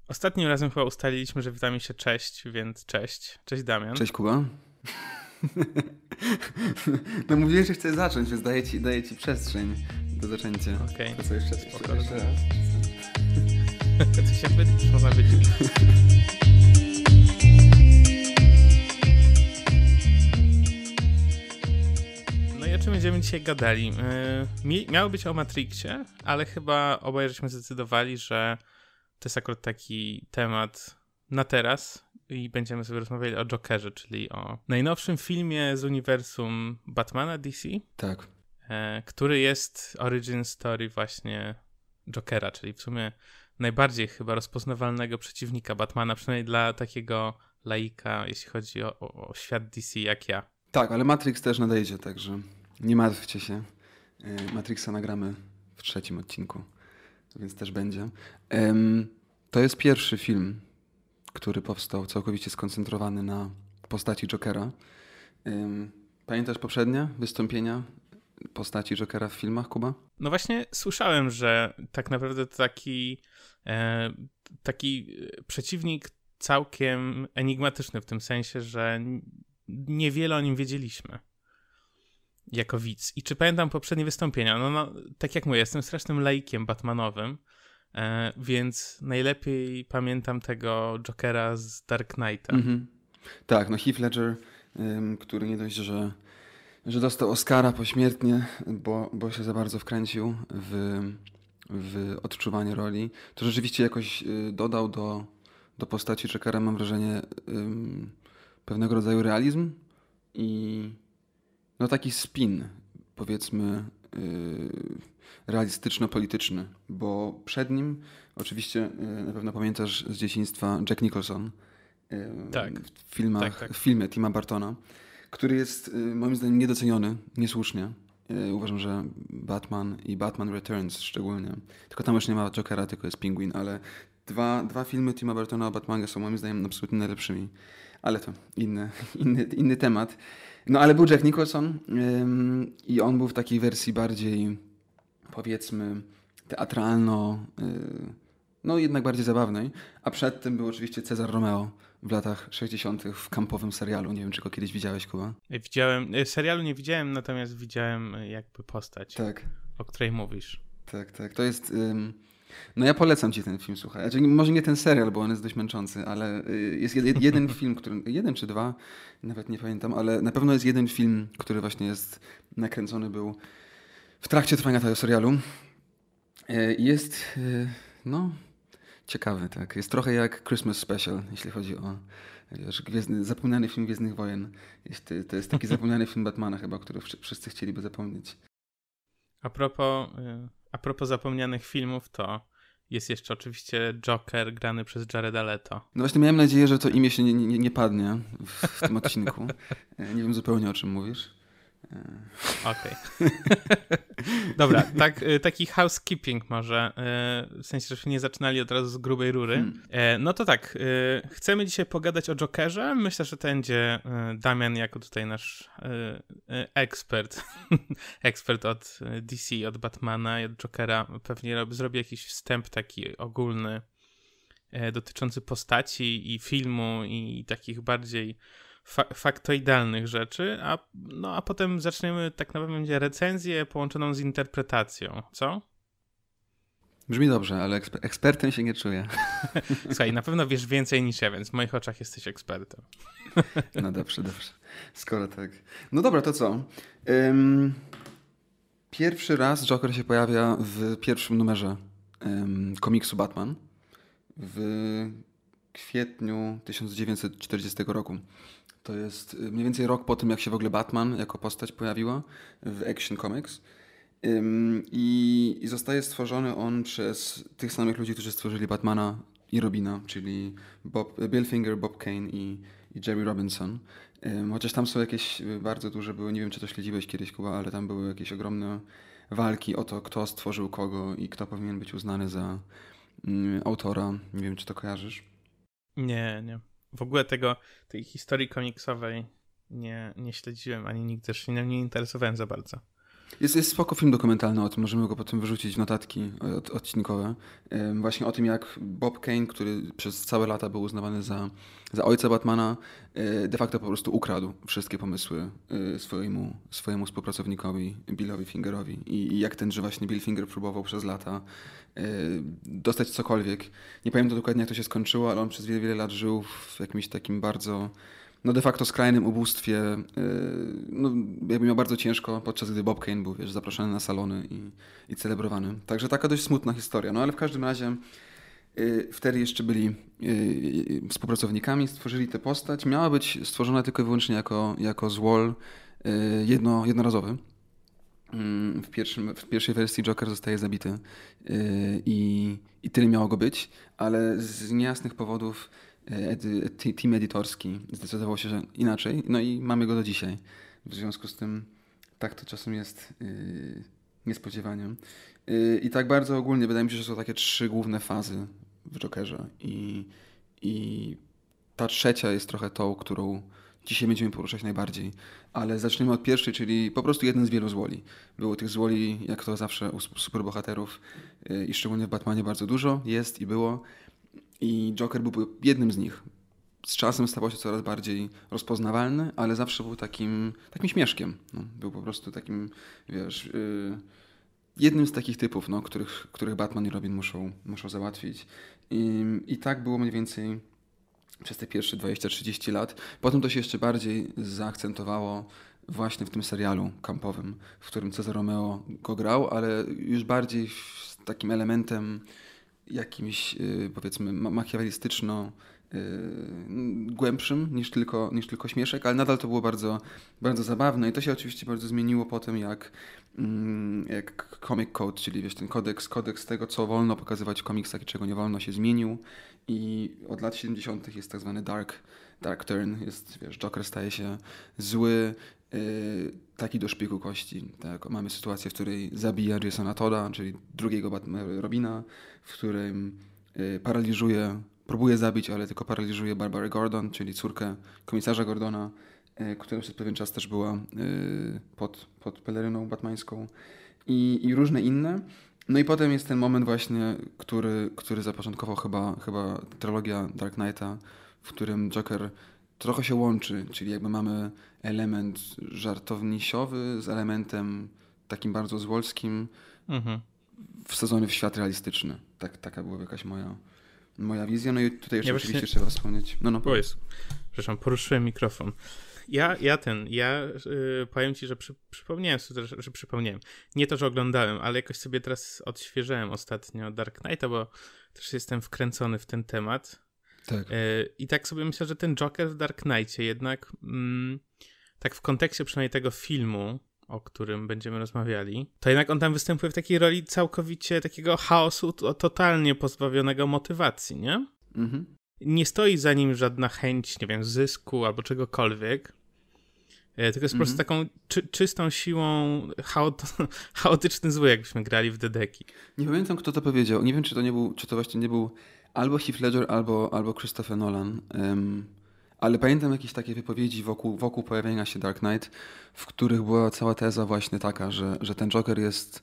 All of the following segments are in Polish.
Ostatnim razem chyba ustaliliśmy, że witamy się cześć, więc cześć. Cześć Damian. Cześć Kuba. No mówiłeś, że chcesz zacząć, więc daję ci przestrzeń do zaczęcia. Okej. To co jeszcze raz? To się wytycz, można być. No i o czym będziemy dzisiaj gadali? Miało być o Matrixie, ale chyba obaj żeśmy zdecydowali, że to jest akurat taki temat na teraz i będziemy sobie rozmawiali o Jokerze, czyli o najnowszym filmie z uniwersum Batmana DC. Tak. Który jest origin story właśnie Jokera, czyli w sumie najbardziej chyba rozpoznawalnego przeciwnika Batmana, przynajmniej dla takiego laika, jeśli chodzi o świat DC jak ja. Tak, ale Matrix też nadejdzie, także nie martwcie się. Matrixa nagramy w 3. odcinku, więc też będzie. To jest pierwszy film, który powstał całkowicie skoncentrowany na postaci Jokera. Pamiętasz poprzednie wystąpienia postaci Jokera w filmach, Kuba? No właśnie słyszałem, że tak naprawdę to taki przeciwnik całkiem enigmatyczny w tym sensie, że niewiele o nim wiedzieliśmy jako widz. I czy pamiętam poprzednie wystąpienia? No, tak jak mówię, jestem strasznym laikiem batmanowym, więc najlepiej pamiętam tego Jokera z Dark Knighta. Mhm. Tak, no Heath Ledger, który nie dość, że dostał Oscara pośmiertnie, bo się za bardzo wkręcił w odczuwanie roli, to rzeczywiście jakoś dodał do postaci Jokera, mam wrażenie, pewnego rodzaju realizm i no taki spin, powiedzmy, realistyczno-polityczny, bo przed nim, oczywiście na pewno pamiętasz z dzieciństwa, Jack Nicholson Tak. w filmie Tima Burtona, który jest moim zdaniem niedoceniony, niesłusznie. Uważam, że Batman i Batman Returns szczególnie, tylko tam już nie ma Jokera, tylko jest Penguin, ale dwa filmy Tima Burtona o Batmanie są moim zdaniem absolutnie najlepszymi. Ale to inny temat. No ale był Jack Nicholson i on był w takiej wersji bardziej, powiedzmy, teatralno, no jednak bardziej zabawnej, a przed tym był oczywiście Cezar Romeo w latach 60. w kampowym serialu. Nie wiem, czy go kiedyś widziałeś, Kuba? Serialu nie widziałem, natomiast widziałem jakby postać, tak, o której mówisz. Tak. To jest... No ja polecam ci ten film, słuchaj. Znaczy, może nie ten serial, bo on jest dość męczący, ale jest jeden film, jeden czy dwa, nawet nie pamiętam, ale na pewno jest jeden film, który właśnie jest nakręcony był w trakcie trwania tego serialu. Jest, no, ciekawy, tak. Jest trochę jak Christmas Special, jeśli chodzi o zapomniany film Gwiezdnych Wojen. To jest taki zapomniany film Batmana chyba, który wszyscy chcieliby zapomnieć. A propos zapomnianych filmów, to jest jeszcze oczywiście Joker grany przez Jareda Leto. No właśnie miałem nadzieję, że to imię się nie padnie w tym odcinku. Nie wiem zupełnie, o czym mówisz. Okej. Dobra, taki housekeeping może, w sensie, żebyśmy nie zaczynali od razu z grubej rury. No to tak, chcemy dzisiaj pogadać o Jokerze. Myślę, że to będzie Damian jako tutaj nasz ekspert od DC, od Batmana i od Jokera. Pewnie zrobi jakiś wstęp taki ogólny dotyczący postaci i filmu i takich bardziej faktoidalnych rzeczy, a potem zaczniemy, tak naprawdę będzie recenzję połączoną z interpretacją, co? Brzmi dobrze, ale ekspertem się nie czuję. Słuchaj, na pewno wiesz więcej niż ja, więc w moich oczach jesteś ekspertem. No dobrze. Skoro tak. No dobra, to co? Pierwszy raz Joker się pojawia w pierwszym numerze komiksu Batman w kwietniu 1940 roku. To jest mniej więcej rok po tym, jak się w ogóle Batman jako postać pojawiła w Action Comics. I zostaje stworzony on przez tych samych ludzi, którzy stworzyli Batmana i Robina, czyli Bill Finger, Bob Kane i Jerry Robinson. Chociaż tam są jakieś bardzo duże były, nie wiem, czy to śledziłeś kiedyś, Kuba, ale tam były jakieś ogromne walki o to, kto stworzył kogo i kto powinien być uznany za autora. Nie wiem, czy to kojarzysz? Nie. W ogóle tej historii komiksowej nie śledziłem, ani nigdy też się nie interesowałem za bardzo. Jest spoko film dokumentalny o tym, możemy go potem wyrzucić w notatki odcinkowe. Właśnie o tym, jak Bob Kane, który przez całe lata był uznawany za ojca Batmana, de facto po prostu ukradł wszystkie pomysły swojemu współpracownikowi Billowi Fingerowi. I jak tenże właśnie Bill Finger próbował przez lata dostać cokolwiek. Nie pamiętam dokładnie, jak to się skończyło, ale on przez wiele, wiele lat żył w jakimś takim bardzo... no de facto skrajnym ubóstwie, no jakby miał bardzo ciężko, podczas gdy Bob Kane był, wiesz, zaproszony na salony i celebrowany. Także taka dość smutna historia. No ale w każdym razie wtedy jeszcze byli współpracownikami, stworzyli tę postać. Miała być stworzona tylko i wyłącznie jako złol jednorazowy. W pierwszej wersji Joker zostaje zabity i tyle miało go być, ale z niejasnych powodów team edytorski zdecydował się, że inaczej, no i mamy go do dzisiaj. W związku z tym tak to czasem jest niespodziewaniem. I tak bardzo ogólnie wydaje mi się, że są takie 3 główne fazy w Jokerze i ta trzecia jest trochę tą, którą dzisiaj będziemy poruszać najbardziej. Ale zaczniemy od pierwszej, czyli po prostu jeden z wielu złoli. Było tych złoli, jak to zawsze u superbohaterów i szczególnie w Batmanie bardzo dużo, jest i było. I Joker był jednym z nich. Z czasem stawał się coraz bardziej rozpoznawalny, ale zawsze był takim śmieszkiem. No, był po prostu takim, wiesz, jednym z takich typów, no, których Batman i Robin muszą załatwić. I tak było mniej więcej przez te pierwsze 20-30 lat. Potem to się jeszcze bardziej zaakcentowało właśnie w tym serialu kampowym, w którym Cezar Romero go grał, ale już bardziej z takim elementem jakimś, powiedzmy, machiawelistyczno głębszym niż tylko śmieszek, ale nadal to było bardzo, bardzo zabawne i to się oczywiście bardzo zmieniło po tym, jak Comic Code, czyli wiesz, ten kodeks tego, co wolno pokazywać w komiksach i czego nie wolno, się zmienił i od lat 70. jest tak zwany dark turn, jest, wiesz, Joker staje się zły, taki do szpiku kości. Tak? Mamy sytuację, w której zabija Jasona Todda, czyli drugiego Robina, w którym próbuje zabić, ale tylko paraliżuje Barbarę Gordon, czyli córkę komisarza Gordona, która przez pewien czas też była pod peleryną batmańską i różne inne. No i potem jest ten moment właśnie, który zapoczątkował chyba trylogia Dark Knighta, w którym Joker trochę się łączy, czyli jakby mamy element żartownisiowy z elementem takim bardzo złolskim, wsadzony w świat realistyczny. Taka była jakaś moja wizja. No i tutaj jeszcze oczywiście trzeba wspomnieć. No. Przepraszam, poruszyłem mikrofon. Ja powiem ci, że przypomniałem sobie, że przypomniałem. Nie to, że oglądałem, ale jakoś sobie teraz odświeżyłem ostatnio Dark Knighta, bo też jestem wkręcony w ten temat. Tak. I tak sobie myślę, że ten Joker w Dark Knightie jednak tak w kontekście przynajmniej tego filmu, o którym będziemy rozmawiali, to jednak on tam występuje w takiej roli całkowicie takiego chaosu, totalnie pozbawionego motywacji, nie? Mhm. Nie stoi za nim żadna chęć, nie wiem, zysku albo czegokolwiek, tylko jest po prostu taką czystą siłą chaotyczny zły, jakbyśmy grali w Dedeki. Nie pamiętam, kto to powiedział. Nie wiem, czy to właśnie nie był albo Heath Ledger, albo Christopher Nolan. Ale pamiętam jakieś takie wypowiedzi wokół pojawienia się Dark Knight, w których była cała teza właśnie taka, że ten Joker jest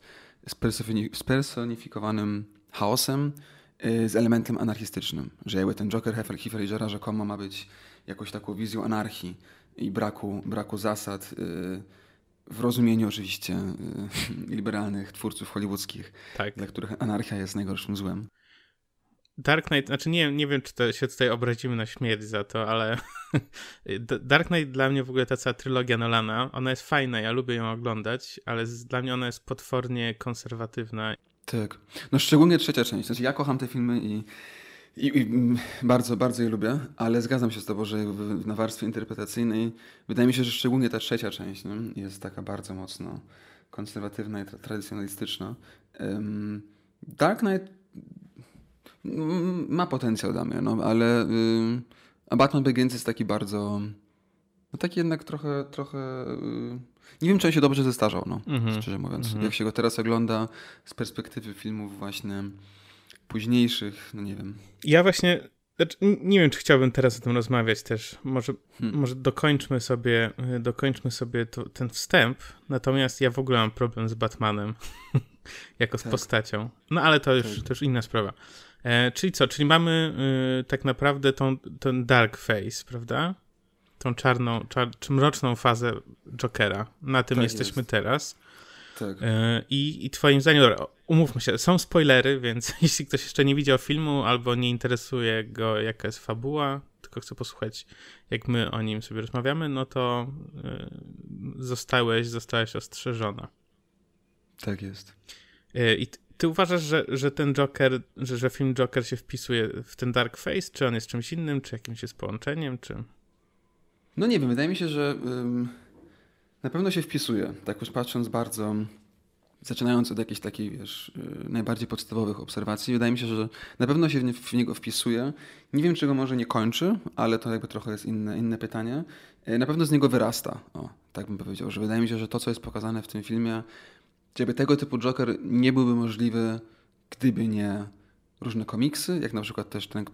spersonifikowanym chaosem z elementem anarchistycznym. Że jakby ten Joker Heath Ledgera rzekomo ma być jakąś taką wizją anarchii i braku zasad, w rozumieniu oczywiście liberalnych twórców hollywoodzkich, tak, dla których anarchia jest najgorszym złem. Dark Knight, znaczy nie wiem, czy to się tutaj obrazimy na śmierć za to, ale Dark Knight dla mnie w ogóle ta cała trylogia Nolana, ona jest fajna, ja lubię ją oglądać, ale dla mnie ona jest potwornie konserwatywna. Tak. No szczególnie trzecia część. Znaczy ja kocham te filmy i bardzo, bardzo je lubię, ale zgadzam się z tobą, że na warstwie interpretacyjnej wydaje mi się, że szczególnie ta trzecia część jest taka bardzo mocno konserwatywna i tradycjonalistyczna. Dark Knight ma potencjał dla mnie, no, ale a Batman Begins jest taki bardzo, no taki jednak trochę nie wiem, czy on się dobrze zestarzał, no, szczerze mówiąc. Jak się go teraz ogląda z perspektywy filmów właśnie późniejszych, no nie wiem. Ja właśnie Znaczy, nie wiem, czy chciałbym teraz o tym rozmawiać też. Może dokończmy sobie ten wstęp. Natomiast ja w ogóle mam problem z Batmanem jako z postacią. No ale to już inna sprawa. Czyli co? Czyli mamy tak naprawdę ten dark face, prawda? Tą czy mroczną fazę Jokera. Na tym jesteśmy teraz. Tak. I twoim zdaniem, dobra, umówmy się, są spoilery, więc jeśli ktoś jeszcze nie widział filmu albo nie interesuje go, jaka jest fabuła, tylko chce posłuchać, jak my o nim sobie rozmawiamy, no to zostałeś ostrzeżona. Tak jest. I ty uważasz, że ten Joker, że film Joker się wpisuje w ten dark face, czy on jest czymś innym, czy jakimś jest połączeniem, czy... No nie wiem, wydaje mi się, że na pewno się wpisuje. Tak już patrząc bardzo, zaczynając od jakichś takich, najbardziej podstawowych obserwacji, wydaje mi się, że na pewno się w niego wpisuje. Nie wiem, czego może nie kończy, ale to jakby trochę jest inne pytanie. Na pewno z niego wyrasta. O, tak bym powiedział, że wydaje mi się, że to, co jest pokazane w tym filmie, żeby tego typu Joker nie byłby możliwy, gdyby nie różne komiksy, jak na przykład też ten,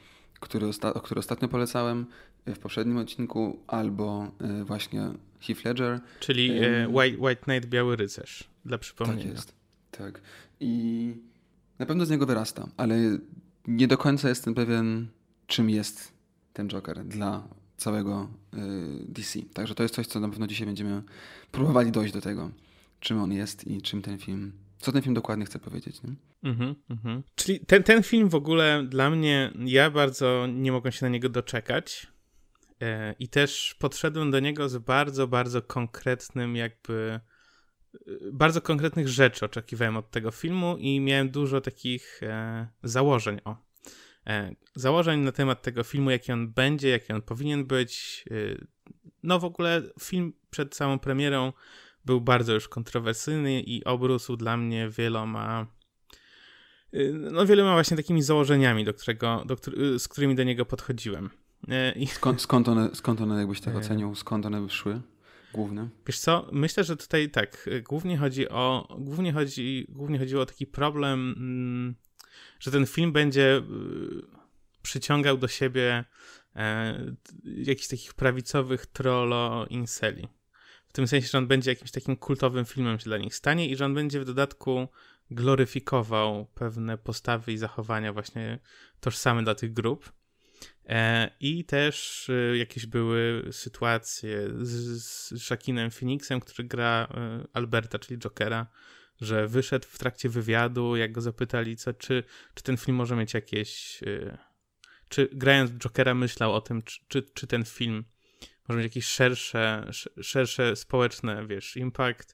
który ostatnio polecałem w poprzednim odcinku, albo właśnie Heath Ledger. Czyli White Knight, Biały Rycerz, dla przypomnienia. Tak jest, tak. I na pewno z niego wyrasta, ale nie do końca jestem pewien, czym jest ten Joker dla całego DC. Także to jest coś, co na pewno dzisiaj będziemy próbowali dojść do tego, czym on jest i co ten film dokładnie chce powiedzieć. Nie? Czyli ten film w ogóle dla mnie, ja bardzo nie mogłem się na niego doczekać i też podszedłem do niego z bardzo, bardzo konkretnym bardzo konkretnych rzeczy oczekiwałem od tego filmu i miałem dużo takich założeń. Założeń na temat tego filmu, jaki on będzie, jaki on powinien być. No w ogóle film przed samą premierą był bardzo już kontrowersyjny i obrósł dla mnie wieloma właśnie takimi założeniami, z którymi do niego podchodziłem. Skąd one jakbyś tak ocenił? Skąd one wyszły? Główne? Wiesz co, myślę, że tutaj tak, głównie chodziło o taki problem, że ten film będzie przyciągał do siebie jakichś takich prawicowych trollo-inceli. W tym sensie, że on będzie jakimś takim kultowym filmem się dla nich stanie i że on będzie w dodatku gloryfikował pewne postawy i zachowania właśnie tożsame dla tych grup. I też jakieś były sytuacje z Joaquinem Phoenixem, który gra Alberta, czyli Jokera, że wyszedł w trakcie wywiadu, jak go zapytali, czy ten film może mieć jakieś... Czy grając Jokera myślał o tym, czy ten film może mieć jakiś szersze społeczne, impact.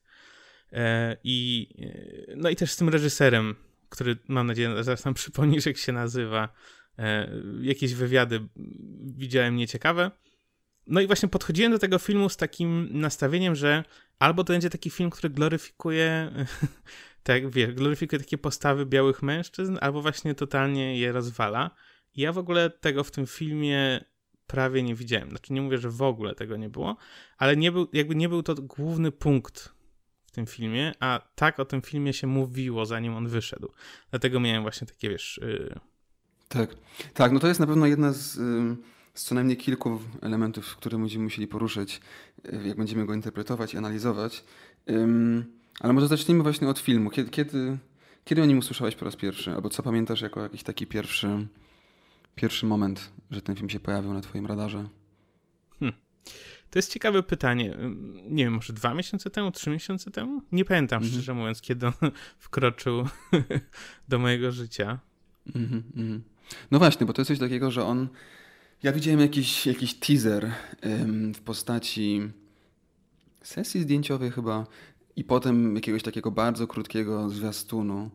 No i też z tym reżyserem, który, mam nadzieję, zaraz nam przypomnisz, jak się nazywa. Jakieś wywiady widziałem nieciekawe. No i właśnie podchodziłem do tego filmu z takim nastawieniem, że albo to będzie taki film, który gloryfikuje gloryfikuje takie postawy białych mężczyzn, albo właśnie totalnie je rozwala. I ja w ogóle tego w tym filmie prawie nie widziałem. Znaczy nie mówię, że w ogóle tego nie było, ale nie był to główny punkt w tym filmie, a tak o tym filmie się mówiło, zanim on wyszedł. Dlatego miałem właśnie takie, Tak, no to jest na pewno jedna z co najmniej kilku elementów, które będziemy musieli poruszyć, jak będziemy go interpretować i analizować. Ale może zacznijmy właśnie od filmu. Kiedy o nim usłyszałeś po raz pierwszy? Albo co pamiętasz jako jakiś taki pierwszy moment, że ten film się pojawił na twoim radarze? To jest ciekawe pytanie. Nie wiem, może 2 miesiące temu, 3 miesiące temu? Nie pamiętam, szczerze mówiąc, kiedy on wkroczył do mojego życia. No właśnie, bo to jest coś takiego, że ja widziałem jakiś teaser w postaci sesji zdjęciowej chyba i potem jakiegoś takiego bardzo krótkiego zwiastunu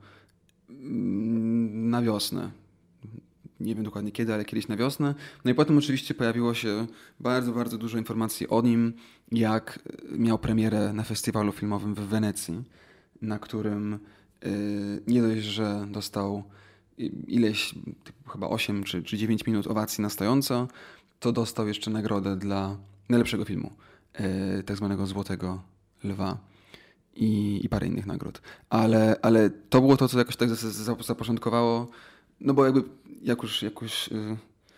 na wiosnę. Nie wiem dokładnie kiedy, ale kiedyś na wiosnę. No i potem oczywiście pojawiło się bardzo, bardzo dużo informacji o nim, jak miał premierę na festiwalu filmowym w Wenecji, na którym nie dość, że dostał ileś, chyba 8 czy 9 minut owacji na stojąco, to dostał jeszcze nagrodę dla najlepszego filmu, tak zwanego Złotego Lwa i parę innych nagród. Ale to było to, co jakoś tak zapoczątkowało, no bo jakby jak już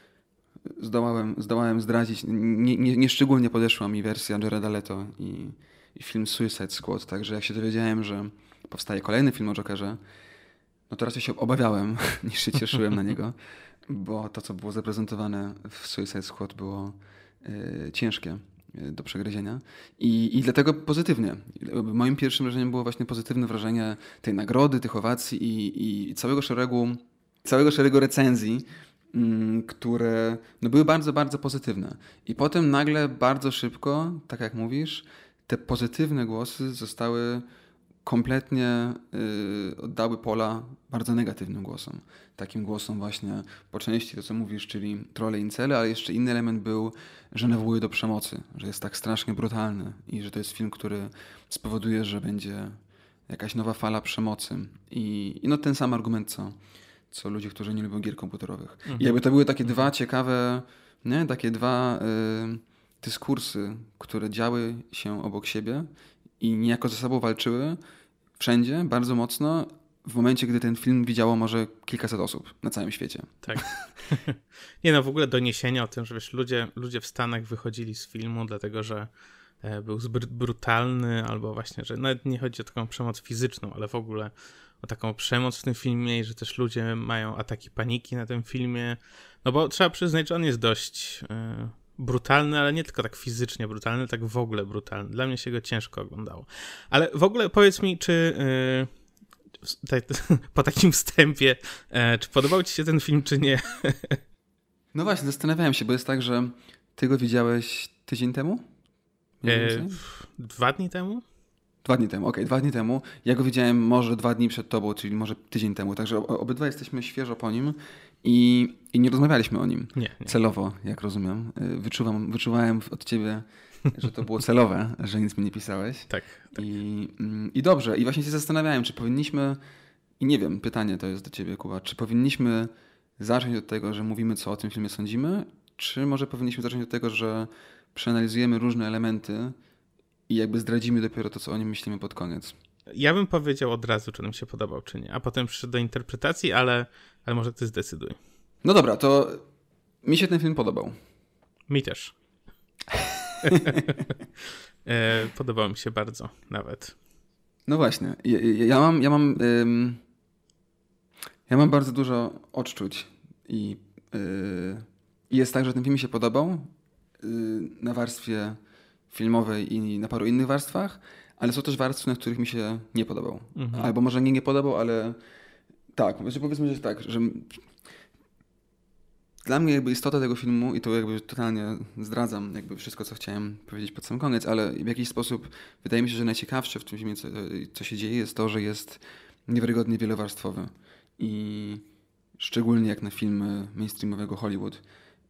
zdołałem zdradzić. Nieszczególnie podeszła mi wersja Jareda Leto i film Suicide Squad, także jak się dowiedziałem, że powstaje kolejny film o Jokerze, no to raczej się obawiałem, niż się cieszyłem na niego, bo to, co było zaprezentowane w Suicide Squad, było ciężkie do przegryzienia i dlatego pozytywnie. Moim pierwszym wrażeniem było właśnie pozytywne wrażenie tej nagrody, tych owacji i całego szeregu recenzji, które no, były bardzo, bardzo pozytywne. I potem nagle bardzo szybko, tak jak mówisz, te pozytywne głosy zostały kompletnie oddały pola bardzo negatywnym głosom. Takim głosom właśnie po części to, co mówisz, czyli trolle i incele, ale jeszcze inny element był, że nawołuje do przemocy, że jest tak strasznie brutalny i że to jest film, który spowoduje, że będzie jakaś nowa fala przemocy. I no ten sam argument, co ludzie, którzy nie lubią gier komputerowych. I jakby to były takie dwa ciekawe, nie? Takie dwa dyskursy, które działy się obok siebie i niejako ze sobą walczyły wszędzie, bardzo mocno, w momencie, gdy ten film widziało może kilkaset osób na całym świecie. Tak. Nie no, w ogóle doniesienia o tym, że wiesz, ludzie w Stanach wychodzili z filmu, dlatego że był zbyt brutalny, albo właśnie, że nawet nie chodzi o taką przemoc fizyczną, ale w ogóle o taką przemoc w tym filmie i że też ludzie mają ataki paniki na tym filmie. No bo trzeba przyznać, że on jest dość brutalny, ale nie tylko tak fizycznie brutalny, tak w ogóle brutalny. Dla mnie się go ciężko oglądało. Ale w ogóle powiedz mi, czy po takim wstępie, czy podobał ci się ten film, czy nie? No właśnie, zastanawiałem się, bo jest tak, że ty go widziałeś tydzień temu? 2 dni temu? 2 dni temu, okej, 2 dni temu. Ja go widziałem może 2 dni przed tobą, czyli może tydzień temu, także obydwa jesteśmy świeżo po nim i nie rozmawialiśmy o nim. Nie. Celowo, jak rozumiem. Wyczuwałem od ciebie, że to było celowe, że nic mi nie pisałeś. Tak. I dobrze. I właśnie się zastanawiałem, czy powinniśmy, i nie wiem, pytanie to jest do ciebie, Kuba, czy powinniśmy zacząć od tego, że mówimy, co o tym filmie sądzimy, czy może powinniśmy zacząć od tego, że przeanalizujemy różne elementy i jakby zdradzimy dopiero to, co o nim myślimy pod koniec. Ja bym powiedział od razu, czy nam się podobał, czy nie, a potem przyszedł do interpretacji, ale może ty zdecyduj. No dobra, to mi się ten film podobał. Mi też. Podobał mi się bardzo nawet. No właśnie. Ja mam bardzo dużo odczuć i jest tak, że ten film mi się podobał na warstwie filmowej i na paru innych warstwach, ale są też warstwy, na których mi się nie podobał. Albo może nie podobał, ale tak, powiedzmy, że tak, że dla mnie jakby istota tego filmu, i to jakby totalnie zdradzam jakby wszystko, co chciałem powiedzieć pod sam koniec, ale w jakiś sposób wydaje mi się, że najciekawsze w tym filmie, co się dzieje, jest to, że jest niewiarygodnie wielowarstwowy. I szczególnie jak na filmy mainstreamowego Hollywood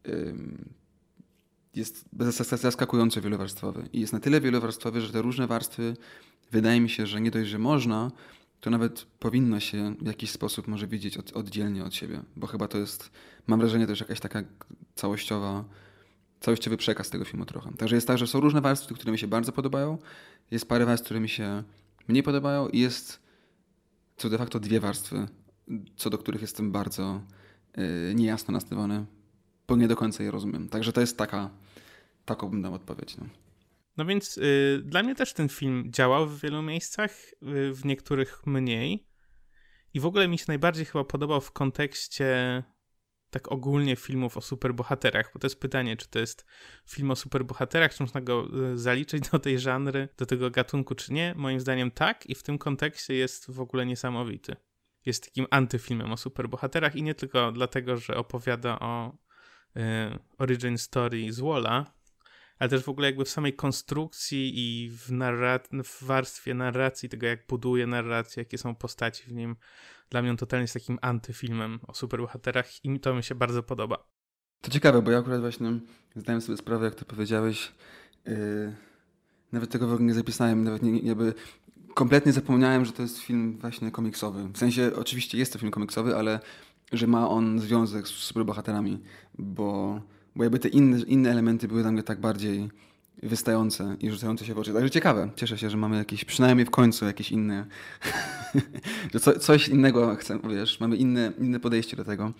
jest zaskakująco wielowarstwowy. I jest na tyle wielowarstwowy, że te różne warstwy wydaje mi się, że nie dość, że można, to nawet powinno się w jakiś sposób może widzieć oddzielnie od siebie. Bo chyba to jest, mam wrażenie, też jakaś taka całościowy przekaz tego filmu trochę. Także jest tak, że są różne warstwy, które mi się bardzo podobają, jest parę warstw, które mi się mniej podobają i jest co de facto 2 warstwy, co do których jestem bardzo niejasno nastawiony, bo nie do końca je rozumiem. Także to jest taką bym dał odpowiedź. No więc dla mnie też ten film działał w wielu miejscach, w niektórych mniej. I w ogóle mi się najbardziej chyba podobał w kontekście tak ogólnie filmów o superbohaterach, bo to jest pytanie, czy to jest film o superbohaterach, czy można go zaliczyć do tej żanry, do tego gatunku, czy nie. Moim zdaniem tak i w tym kontekście jest w ogóle niesamowity. Jest takim antyfilmem o superbohaterach i nie tylko dlatego, że opowiada o origin story z Walla, ale też w ogóle jakby w samej konstrukcji i w warstwie narracji, tego jak buduje narrację, jakie są postaci w nim. Dla mnie on totalnie jest takim antyfilmem o superbohaterach i to mi się bardzo podoba. To ciekawe, bo ja akurat właśnie zdałem sobie sprawę, jak to powiedziałeś, nawet tego w ogóle nie zapisałem, nawet kompletnie zapomniałem, że to jest film właśnie komiksowy. W sensie, oczywiście jest to film komiksowy, ale że ma on związek z superbohaterami, bo jakby te inne elementy były dla mnie tak bardziej wystające i rzucające się w oczy. Także ciekawe. Cieszę się, że mamy jakieś, przynajmniej w końcu jakieś inne, że coś innego chcę, wiesz, mamy inne podejście do tego.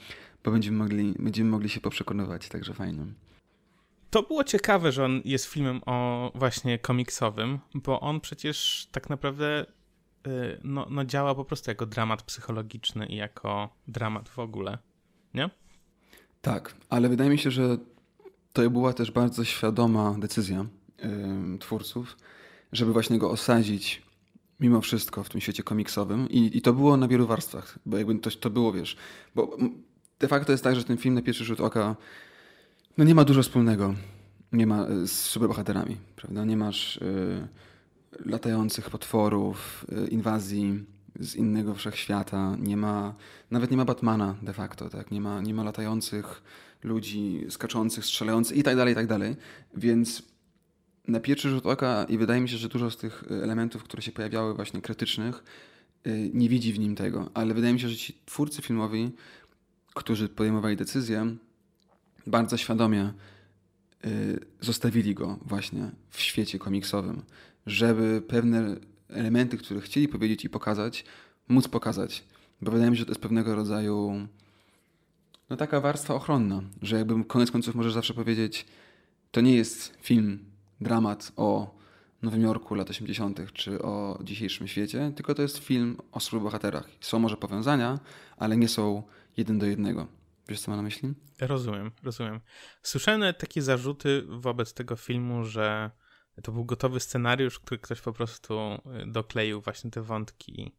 bo będziemy mogli się poprzekonywać, także fajnie. To było ciekawe, że on jest filmem właśnie komiksowym, bo on przecież tak naprawdę no działa po prostu jako dramat psychologiczny i jako dramat w ogóle, nie? Tak, ale wydaje mi się, że to była też bardzo świadoma decyzja twórców, żeby właśnie go osadzić mimo wszystko w tym świecie komiksowym i to było na wielu warstwach, bo jakby to było, wiesz, bo de facto jest tak, że ten film na pierwszy rzut oka no nie ma dużo wspólnego, nie ma z superbohaterami, prawda? Nie masz latających potworów, inwazji z innego wszechświata, nawet nie ma Batmana de facto, tak? Nie ma latających ludzi, skaczących, strzelających i tak dalej, więc na pierwszy rzut oka i wydaje mi się, że dużo z tych elementów, które się pojawiały właśnie krytycznych, nie widzi w nim tego, ale wydaje mi się, że ci twórcy filmowi, którzy podejmowali decyzje, bardzo świadomie zostawili go właśnie w świecie komiksowym, żeby pewne elementy, które chcieli powiedzieć i pokazać, móc pokazać. Bo wydaje mi się, że to jest pewnego rodzaju no taka warstwa ochronna, że jakby koniec końców możesz zawsze powiedzieć, to nie jest film, dramat o Nowym Jorku lat 80. czy o dzisiejszym świecie, tylko to jest film o superbohaterach. Są może powiązania, ale nie są 1 do 1. Wiesz, co mam na myśli? Rozumiem. Słyszałem nawet takie zarzuty wobec tego filmu, że to był gotowy scenariusz, który ktoś po prostu dokleił właśnie te wątki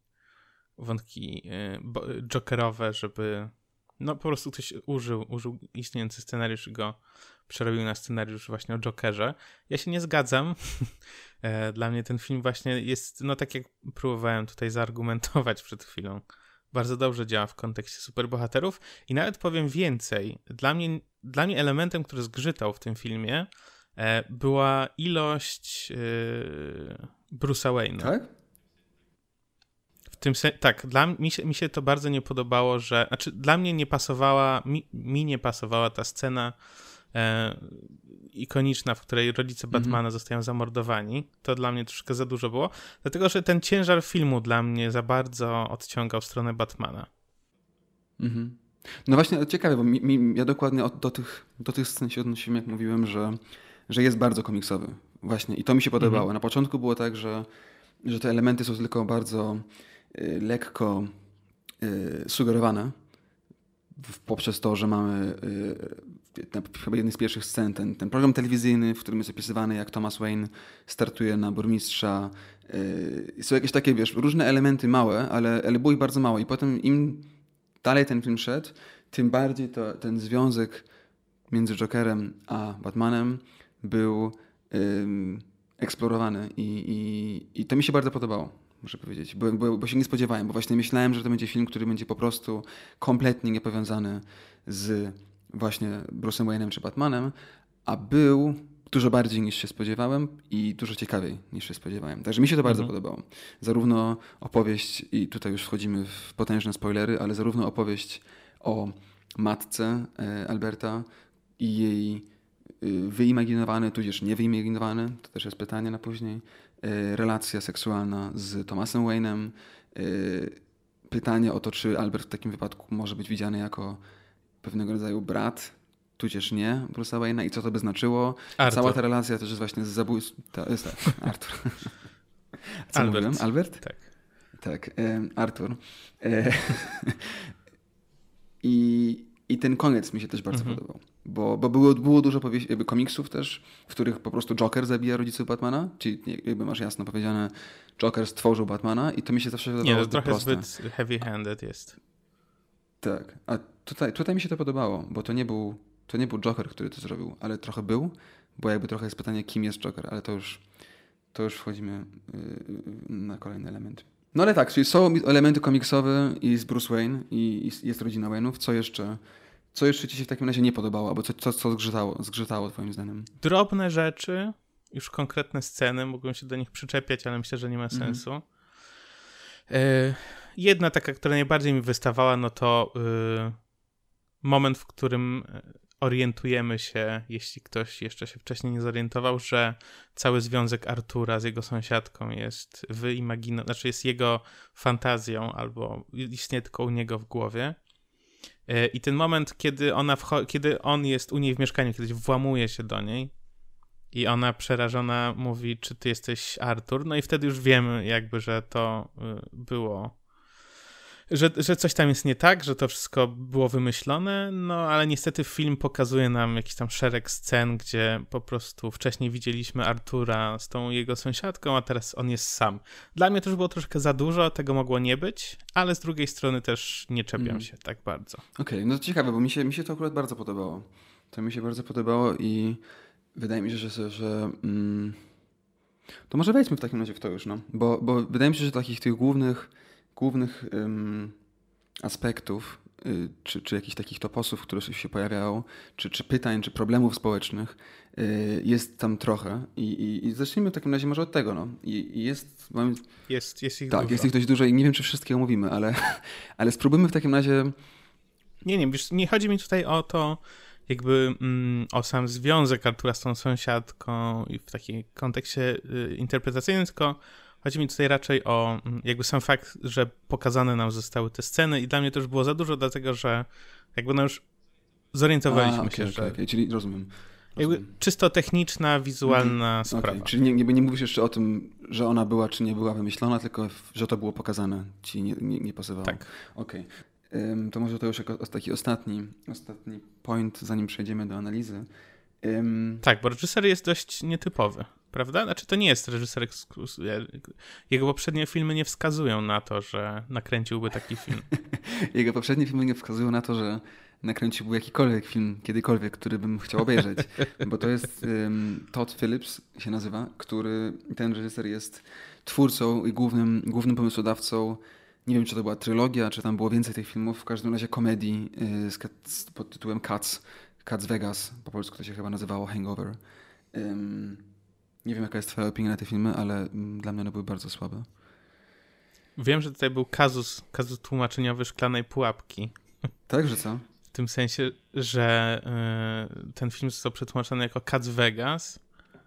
jokerowe, żeby no po prostu ktoś użył istniejący scenariusz i go przerobił na scenariusz właśnie o Jokerze. Ja się nie zgadzam. Dla mnie ten film właśnie jest, no tak jak próbowałem tutaj zaargumentować przed chwilą, bardzo dobrze działa w kontekście superbohaterów i nawet powiem więcej. Dla mnie elementem, który zgrzytał w tym filmie, była ilość Bruce'a Wayne'a. Tak? Tak, mi się to bardzo nie podobało, znaczy dla mnie nie pasowała, mi nie pasowała ta scena ikoniczna, w której rodzice Batmana zostają zamordowani. To dla mnie troszkę za dużo było, dlatego że ten ciężar filmu dla mnie za bardzo odciągał w stronę Batmana. Mhm. No właśnie, ciekawe, bo ja dokładnie do tych scen się odnosiłem, jak mówiłem, że jest bardzo komiksowy. Właśnie i to mi się podobało. Na początku było tak, że te elementy są tylko bardzo lekko sugerowane poprzez to, że mamy chyba jednej z pierwszych scen ten program telewizyjny, w którym jest opisywany, jak Thomas Wayne startuje na burmistrza. Są jakieś takie, wiesz, różne elementy małe, ale było ich bardzo mało. I potem im dalej ten film szedł, tym bardziej ten związek między Jokerem a Batmanem był eksplorowany i to mi się bardzo podobało, muszę powiedzieć, bo się nie spodziewałem, bo właśnie myślałem, że to będzie film, który będzie po prostu kompletnie niepowiązany z właśnie Bruce'em Wayne'em czy Batmanem, a był dużo bardziej niż się spodziewałem i dużo ciekawiej niż się spodziewałem. Także mi się to bardzo podobało. Zarówno opowieść, i tutaj już wchodzimy w potężne spoilery, ale zarówno opowieść o matce Alberta i jej wyimaginowany, tudzież niewyimaginowany, to też jest pytanie na później, relacja seksualna z Thomasem Wayne'em, pytanie o to, czy Albert w takim wypadku może być widziany jako pewnego rodzaju brat, tudzież nie Bruce'a Wayne'a i co to by znaczyło. Arthur. Cała ta relacja też jest właśnie z zabójstwem. Arthur. Co Albert. mówiłem? Albert? Tak. Tak, Arthur. I ten koniec mi się też bardzo podobał. Bo było dużo komiksów też, w których po prostu Joker zabija rodziców Batmana, czyli jakby masz jasno powiedziane, Joker stworzył Batmana i to mi się zawsze wydawało Nie, to trochę proste. zbyt heavy-handed jest. Tak, a tutaj mi się to podobało, bo to nie był Joker, który to zrobił, ale trochę był, bo jakby trochę jest pytanie, kim jest Joker, ale to już wchodzimy na kolejny element. No ale tak, czyli są elementy komiksowe i jest Bruce Wayne i jest rodzina Wayne'ów. Co jeszcze ci się w takim razie nie podobało, albo co zgrzytało twoim zdaniem? Drobne rzeczy, już konkretne sceny, mogłem się do nich przyczepiać, ale myślę, że nie ma sensu. Jedna taka, która najbardziej mi wystawała, no to moment, w którym orientujemy się, jeśli ktoś jeszcze się wcześniej nie zorientował, że cały związek Artura z jego sąsiadką jest znaczy jest jego fantazją albo istnieje tylko u niego w głowie. I ten moment, kiedy on jest u niej w mieszkaniu, kiedyś włamuje się do niej i ona przerażona mówi, czy ty jesteś Artur? No i wtedy już wiemy jakby, że to było... Że coś tam jest nie tak, że to wszystko było wymyślone, no ale niestety film pokazuje nam jakiś tam szereg scen, gdzie po prostu wcześniej widzieliśmy Artura z tą jego sąsiadką, a teraz on jest sam. Dla mnie to już było troszkę za dużo, tego mogło nie być, ale z drugiej strony też nie czepiam się tak bardzo. Okej, no to ciekawe, bo mi się to akurat bardzo podobało. To mi się bardzo podobało i wydaje mi się, że to może wejdźmy w takim razie w to już, no. Bo wydaje mi się, że takich tych głównych aspektów, czy jakichś takich toposów, które się pojawiają, czy pytań, czy problemów społecznych jest tam trochę. I zacznijmy w takim razie może od tego. No. Jest ich tak, dużo. jest ich dość dużo i nie wiem, czy wszystkie omówimy, ale spróbujmy w takim razie... Nie, wiesz, nie chodzi mi tutaj o to, jakby o sam związek Artura z tą sąsiadką i w takim kontekście interpretacyjnym, tylko chodzi mi tutaj raczej o jakby sam fakt, że pokazane nam zostały te sceny i dla mnie to już było za dużo, dlatego że jakby no już zorientowaliśmy się, że... Okay, czyli rozumiem. Jakby czysto techniczna, wizualna sprawa. Okay. Czyli nie mówisz jeszcze o tym, że ona była czy nie była wymyślona, tylko że to było pokazane, ci nie pasowało. Tak. Okej. To może to już jako taki ostatni point, zanim przejdziemy do analizy. Tak, bo reżyser jest dość nietypowy, prawda? Znaczy to nie jest reżyser, jego poprzednie filmy nie wskazują na to, że nakręciłby taki film. Jego poprzednie filmy nie wskazują na to, że nakręciłby jakikolwiek film kiedykolwiek, który bym chciał obejrzeć. Bo to jest Todd Phillips się nazywa, ten reżyser jest twórcą i głównym pomysłodawcą. Nie wiem, czy to była trylogia, czy tam było więcej tych filmów. W każdym razie komedii pod tytułem Cats Vegas. Po polsku to się chyba nazywało Hangover. Nie wiem, jaka jest twoja opinia na te filmy, ale dla mnie one były bardzo słabe. Wiem, że tutaj był kazus tłumaczeniowy Szklanej Pułapki. Tak, że co? W tym sensie, że ten film został przetłumaczony jako Cats Vegas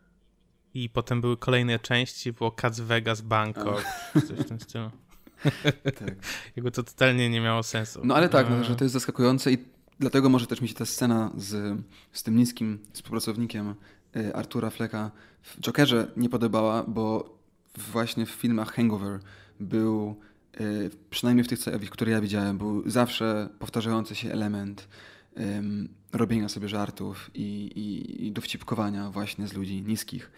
i potem były kolejne części, było Cats Vegas Bangkok, coś w tym stylu. Tak. Jakby to totalnie nie miało sensu. No ale tak, że to jest zaskakujące i dlatego może też mi się ta scena z tym niskim współpracownikiem Artura Flecka w Jokerze nie podobała, bo właśnie w filmach Hangover był, przynajmniej w tych, które ja widziałem, był zawsze powtarzający się element robienia sobie żartów i dowcipkowania właśnie z ludzi niskich.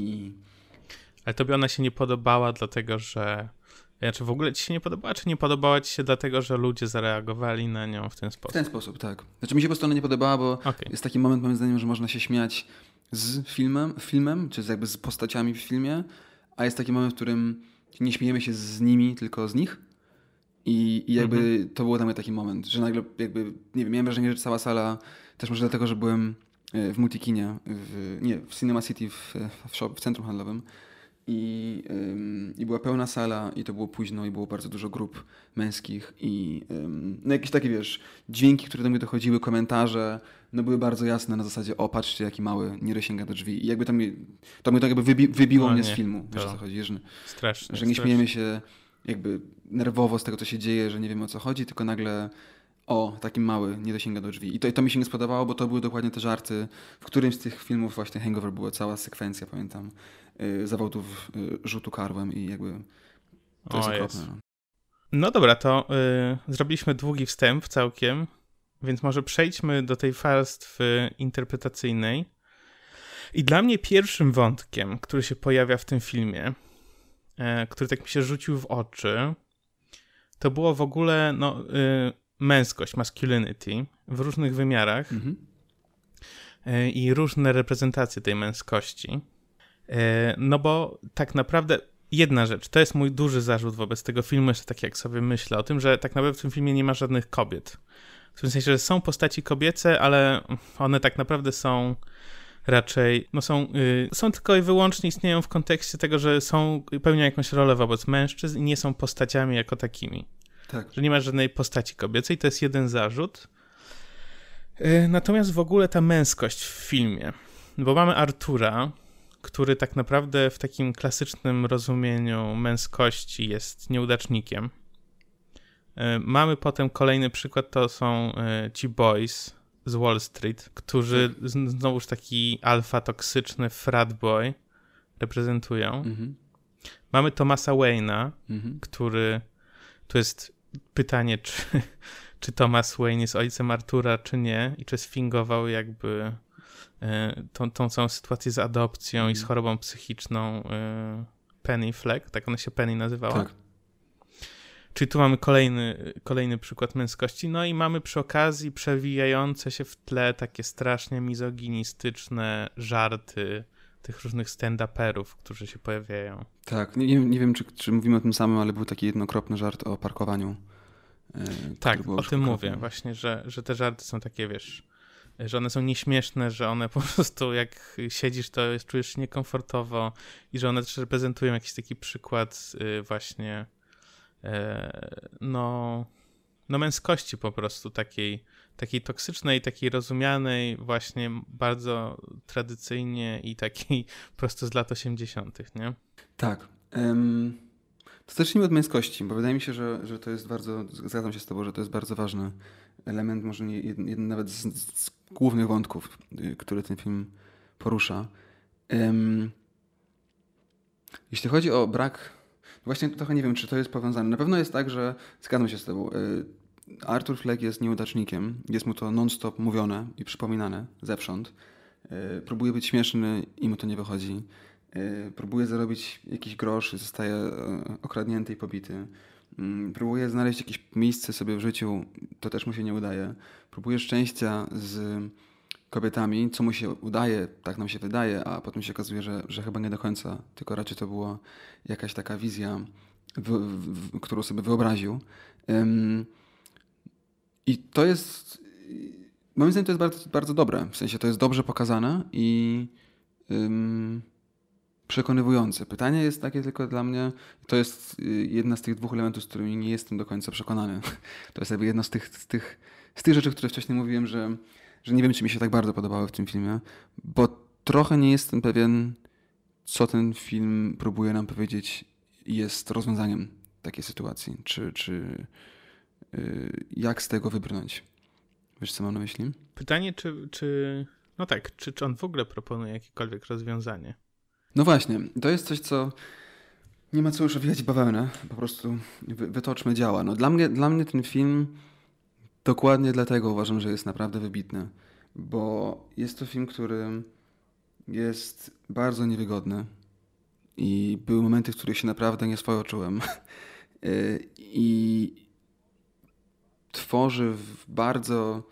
Ale tobie ona się nie podobała dlatego, że... Czy w ogóle ci się nie podobała, czy nie podobała ci się dlatego, że ludzie zareagowali na nią w ten sposób? W ten sposób, tak. Znaczy mi się po prostu ona nie podobała, bo jest taki moment moim zdaniem, że można się śmiać z filmem, czy jakby z postaciami w filmie, a jest taki moment, w którym nie śmiejemy się z nimi, tylko z nich. I jakby to był dla mnie taki moment, że nagle jakby, nie wiem, miałem wrażenie, że cała sala, też może dlatego, że byłem w Multikinie, w Cinema City w centrum handlowym, i była pełna sala i to było późno i było bardzo dużo grup męskich i no jakieś takie, wiesz, dźwięki, które do mnie dochodziły, komentarze, no były bardzo jasne na zasadzie, o patrzcie jaki mały, nie dosięga do drzwi i jakby to mnie jakby wybiło mnie z filmu, wiesz o co chodzi, że nie śmiejemy się jakby nerwowo z tego, co się dzieje, że nie wiemy o co chodzi, tylko nagle taki mały, nie dosięga do drzwi. I to mi się nie spodobało, bo to były dokładnie te żarty. W którymś z tych filmów właśnie Hangover była cała sekwencja, pamiętam, zawodów rzutu karłem i jakby to jest okropne. No dobra, to zrobiliśmy długi wstęp całkiem, więc może przejdźmy do tej warstwy interpretacyjnej. I dla mnie pierwszym wątkiem, który się pojawia w tym filmie, który tak mi się rzucił w oczy, to było w ogóle męskość, masculinity w różnych wymiarach i różne reprezentacje tej męskości. No bo tak naprawdę jedna rzecz, to jest mój duży zarzut wobec tego filmu, jeszcze tak jak sobie myślę o tym, że tak naprawdę w tym filmie nie ma żadnych kobiet. W tym sensie, że są postaci kobiece, ale one tak naprawdę są raczej, są tylko i wyłącznie istnieją w kontekście tego, że pełnią jakąś rolę wobec mężczyzn i nie są postaciami jako takimi. Tak. Że nie ma żadnej postaci kobiecej, to jest jeden zarzut. Natomiast w ogóle ta męskość w filmie, bo mamy Artura, który tak naprawdę w takim klasycznym rozumieniu męskości jest nieudacznikiem. Mamy potem kolejny przykład, to są ci boys z Wall Street, którzy znowuż taki alfa toksyczny frat boy reprezentują. Mamy Thomasa Wayne'a, który... Tu jest pytanie, czy Thomas Wayne jest ojcem Artura, czy nie, i czy sfingował jakby tą całą sytuację z adopcją i z chorobą psychiczną Penny Fleck, tak ona się Penny nazywała. Tak. Czyli tu mamy kolejny przykład męskości, no i mamy przy okazji przewijające się w tle takie strasznie mizoginistyczne żarty tych różnych stand-uperów, którzy się pojawiają. Tak, nie wiem, czy mówimy o tym samym, ale był taki jednokropny żart o parkowaniu. Tak, o tym mówię właśnie, że te żarty są takie, wiesz, że one są nieśmieszne, że one po prostu jak siedzisz, to czujesz się niekomfortowo i że one też reprezentują jakiś taki przykład właśnie no męskości po prostu, takiej toksycznej, takiej rozumianej właśnie bardzo tradycyjnie i takiej prosto z lat 80., nie? Tak. To zacznijmy od męskości, bo wydaje mi się, że to jest bardzo, zgadzam się z tobą, że to jest bardzo ważny element, może nie jeden nawet z głównych wątków, który ten film porusza. Jeśli chodzi o brak, właśnie trochę nie wiem, czy to jest powiązane. Na pewno jest tak, że zgadzam się z tobą. Arthur Fleck jest nieudacznikiem, jest mu to non-stop mówione i przypominane zewsząd. Próbuje być śmieszny i mu to nie wychodzi. Próbuje zarobić jakiś grosz, zostaje okradnięty i pobity. Próbuje znaleźć jakieś miejsce sobie w życiu, to też mu się nie udaje. Próbuje szczęścia z kobietami, co mu się udaje, tak nam się wydaje, a potem się okazuje, że chyba nie do końca, tylko raczej to była jakaś taka wizja, którą sobie wyobraził. I to jest, moim zdaniem to jest bardzo, bardzo dobre, w sensie to jest dobrze pokazane i przekonywujące. Pytanie jest takie tylko dla mnie, to jest jedna z tych dwóch elementów, z którymi nie jestem do końca przekonany. To jest jakby jedno z tych rzeczy, które wcześniej mówiłem, że nie wiem, czy mi się tak bardzo podobały w tym filmie, bo trochę nie jestem pewien, co ten film próbuje nam powiedzieć jest rozwiązaniem takiej sytuacji, czy jak z tego wybrnąć. Wiesz, co mam na myśli? Pytanie, czy on w ogóle proponuje jakiekolwiek rozwiązanie? No właśnie, to jest coś, co nie ma co już owijać bawełnę, po prostu wytoczmy działa. No dla mnie ten film dokładnie dlatego uważam, że jest naprawdę wybitny, bo jest to film, który jest bardzo niewygodny i były momenty, w których się naprawdę nieswojo czułem i tworzy w bardzo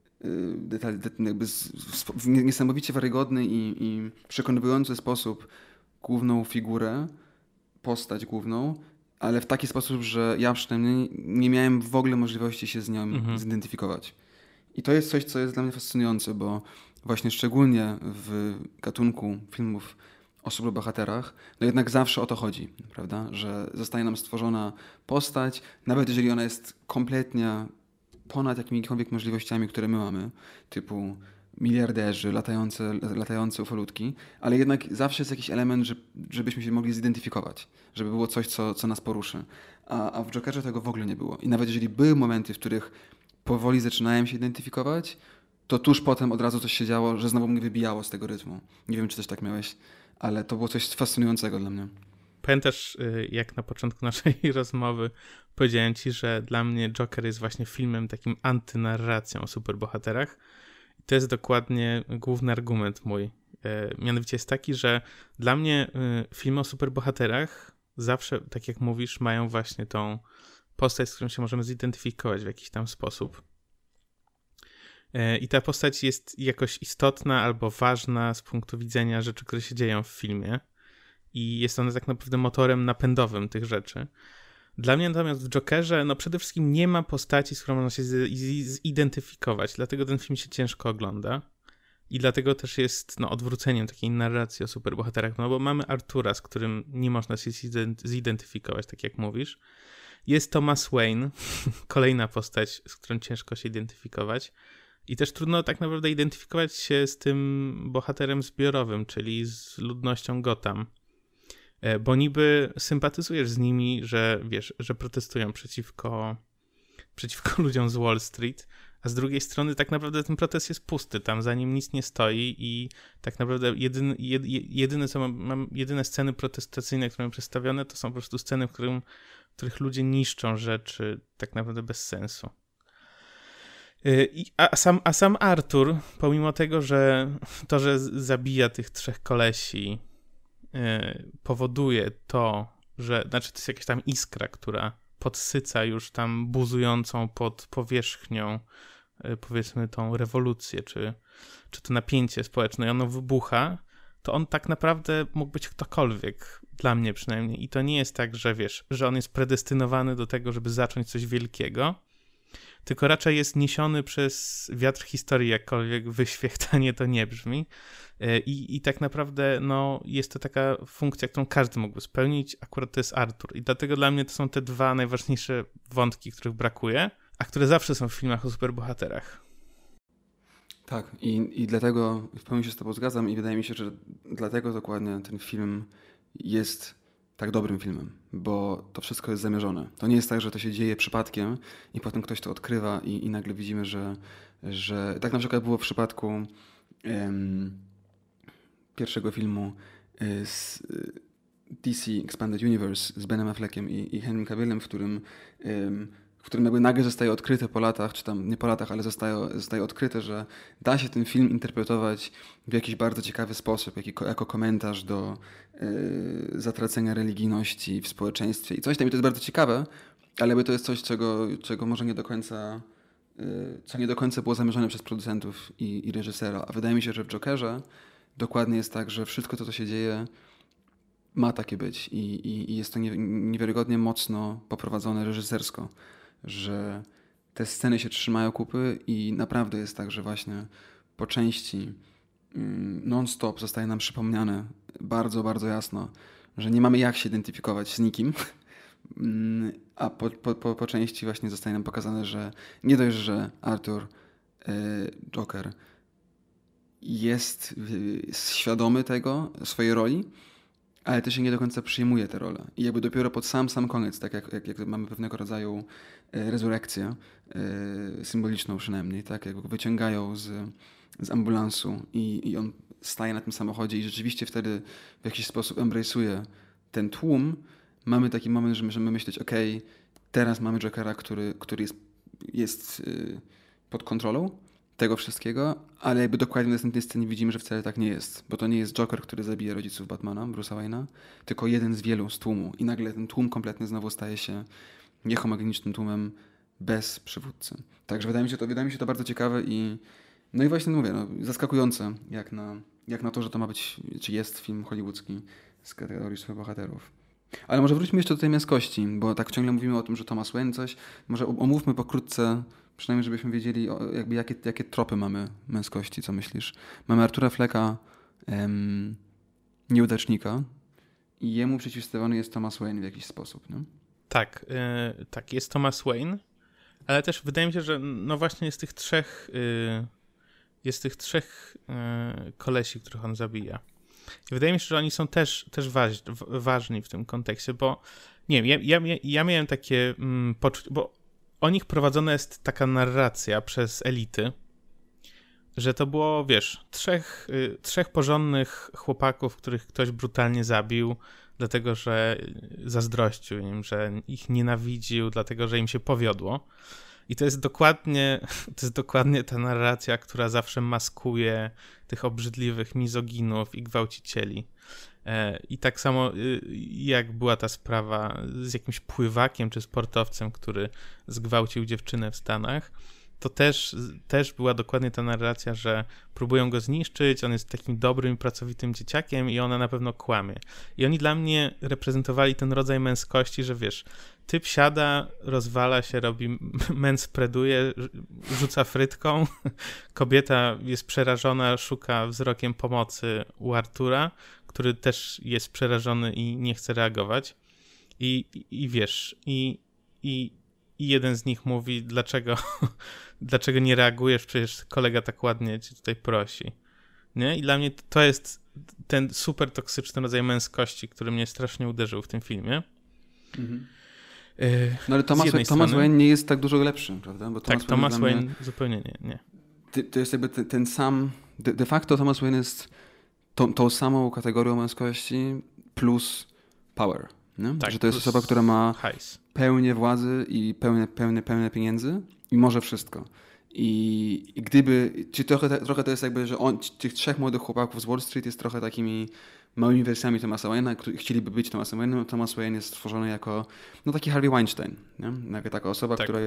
w niesamowicie wiarygodny i przekonywujący sposób główną figurę, postać główną, ale w taki sposób, że ja przynajmniej nie miałem w ogóle możliwości się z nią zidentyfikować. I to jest coś, co jest dla mnie fascynujące, bo właśnie szczególnie w gatunku filmów o superbohaterach, no jednak zawsze o to chodzi, prawda? Że zostaje nam stworzona postać, nawet jeżeli ona jest kompletnie ponad jakimikolwiek możliwościami, które my mamy, typu miliarderzy, latające ufolutki, ale jednak zawsze jest jakiś element, żebyśmy się mogli zidentyfikować, żeby było coś, co nas poruszy. A w Jokerze tego w ogóle nie było. I nawet jeżeli były momenty, w których powoli zaczynałem się identyfikować, to tuż potem od razu coś się działo, że znowu mnie wybijało z tego rytmu. Nie wiem, czy też tak miałeś, ale to było coś fascynującego dla mnie. Pamiętasz, jak na początku naszej rozmowy powiedziałem ci, że dla mnie Joker jest właśnie filmem takim antynarracją o superbohaterach. I to jest dokładnie główny argument mój. Mianowicie jest taki, że dla mnie filmy o superbohaterach zawsze, tak jak mówisz, mają właśnie tą postać, z którą się możemy zidentyfikować w jakiś tam sposób. I ta postać jest jakoś istotna albo ważna z punktu widzenia rzeczy, które się dzieją w filmie. I jest ona tak naprawdę motorem napędowym tych rzeczy. Dla mnie natomiast w Jokerze, no przede wszystkim nie ma postaci, z którą można się zidentyfikować, dlatego ten film się ciężko ogląda i dlatego też jest odwróceniem takiej narracji o superbohaterach, no bo mamy Artura, z którym nie można się zidentyfikować, tak jak mówisz. Jest Thomas Wayne, kolejna postać, z którą ciężko się identyfikować i też trudno tak naprawdę identyfikować się z tym bohaterem zbiorowym, czyli z ludnością Gotham. Bo niby sympatyzujesz z nimi, że wiesz, że protestują przeciwko przeciwko ludziom z Wall Street, a z drugiej strony tak naprawdę ten protest jest pusty, tam za nim nic nie stoi i tak naprawdę jedyne sceny protestacyjne, które mam przedstawione, to są po prostu sceny, w których ludzie niszczą rzeczy tak naprawdę bez sensu. A sam Arthur, pomimo tego, że zabija tych 3 kolesi, powoduje to, że, znaczy to jest jakaś tam iskra, która podsyca już tam buzującą pod powierzchnią, powiedzmy, tą rewolucję, czy to napięcie społeczne i ono wybucha, to on tak naprawdę mógł być ktokolwiek, dla mnie przynajmniej. I to nie jest tak, że wiesz, że on jest predestynowany do tego, żeby zacząć coś wielkiego, tylko raczej jest niesiony przez wiatr historii, jakkolwiek wyświechtanie to nie brzmi. I tak naprawdę no, jest to taka funkcja, którą każdy mógłby spełnić, akurat to jest Arthur. I dlatego dla mnie to są te 2 najważniejsze wątki, których brakuje, a które zawsze są w filmach o superbohaterach. Tak, i dlatego w pełni się z tobą zgadzam i wydaje mi się, że dlatego dokładnie ten film jest tak dobrym filmem, bo to wszystko jest zamierzone. To nie jest tak, że to się dzieje przypadkiem i potem ktoś to odkrywa i nagle widzimy, że tak na przykład było w przypadku pierwszego filmu z DC Expanded Universe z Benem Affleckiem i Henrym Cavillem, w którym jakby nagle zostaje odkryte po latach, czy tam nie po latach, ale zostaje odkryte, że da się ten film interpretować w jakiś bardzo ciekawy sposób, jako komentarz do zatracenia religijności w społeczeństwie i coś tam. I to jest bardzo ciekawe, ale to jest coś, czego może nie do końca, co nie do końca było zamierzone przez producentów i reżysera. A wydaje mi się, że w Jokerze dokładnie jest tak, że wszystko to, co się dzieje, ma takie być i jest to niewiarygodnie mocno poprowadzone reżysersko, że te sceny się trzymają kupy i naprawdę jest tak, że właśnie po części non-stop zostaje nam przypomniane bardzo, bardzo jasno, że nie mamy jak się identyfikować z nikim, a po części właśnie zostaje nam pokazane, że nie dość, że Arthur, Joker jest świadomy tego, swojej roli, ale też się nie do końca przyjmuje tę rolę. I jakby dopiero pod sam koniec, tak jak mamy pewnego rodzaju rezurekcję, symboliczną przynajmniej, tak, jak go wyciągają z ambulansu i on staje na tym samochodzie i rzeczywiście wtedy w jakiś sposób embrace'uje ten tłum, mamy taki moment, że możemy myśleć, okej, teraz mamy Jokera, który jest pod kontrolą tego wszystkiego, ale jakby dokładnie w następnej scenie widzimy, że wcale tak nie jest, bo to nie jest Joker, który zabija rodziców Batmana, Bruce'a Wayne'a, tylko jeden z wielu z tłumu i nagle ten tłum kompletny znowu staje się niehomogenicznym tłumem bez przywódcy. Także wydaje mi się to bardzo ciekawe i no i właśnie mówię, zaskakujące jak na to, że to ma być, czy jest film hollywoodzki z kategorii superbohaterów. Ale może wróćmy jeszcze do tej męskości, bo tak ciągle mówimy o tym, że Thomas Wayne coś, może omówmy pokrótce, przynajmniej żebyśmy wiedzieli jakby jakie tropy mamy męskości, co myślisz? Mamy Artura Flecka, nieudacznika i jemu przeciwstawiony jest Thomas Wayne w jakiś sposób, nie? Tak, tak, jest Thomas Wayne, ale też wydaje mi się, że no właśnie jest tych trzech kolesi, których on zabija. I wydaje mi się, że oni są też ważni w tym kontekście, bo nie wiem, ja miałem takie poczucie, bo o nich prowadzona jest taka narracja przez elity, że to było, wiesz, trzech porządnych chłopaków, których ktoś brutalnie zabił, dlatego że zazdrościł im, że ich nienawidził, dlatego że im się powiodło. I to jest dokładnie ta narracja, która zawsze maskuje tych obrzydliwych mizoginów i gwałcicieli. I tak samo jak była ta sprawa z jakimś pływakiem czy sportowcem, który zgwałcił dziewczynę w Stanach, to też była dokładnie ta narracja, że próbują go zniszczyć, on jest takim dobrym i pracowitym dzieciakiem i ona na pewno kłamie. I oni dla mnie reprezentowali ten rodzaj męskości, że wiesz, typ siada, rozwala się, robi manspreaduje, rzuca frytką, kobieta jest przerażona, szuka wzrokiem pomocy u Artura, który też jest przerażony i nie chce reagować. I wiesz, i jeden z nich mówi, dlaczego nie reagujesz, przecież kolega tak ładnie cię tutaj prosi. Nie? I dla mnie to jest ten super toksyczny rodzaj męskości, który mnie strasznie uderzył w tym filmie. Mhm. No ale Thomas Wayne nie jest tak dużo lepszy, prawda? Bo Thomas Wayne zupełnie nie. To jest jakby ten sam... De facto Thomas Wayne jest tą samą kategorią męskości plus power. Nie? Tak, że to jest osoba, która ma hajs. pełnię władzy i pełne pieniędzy i może wszystko. I gdyby... Czyli trochę to jest jakby, że tych trzech młodych chłopaków z Wall Street jest trochę takimi małymi wersjami Thomasa Wayne'a, którzy chcieliby być Thomasem Wayne'em. Thomas Wayne jest stworzony jako taki Harvey Weinstein. Nie? Jako taka osoba, która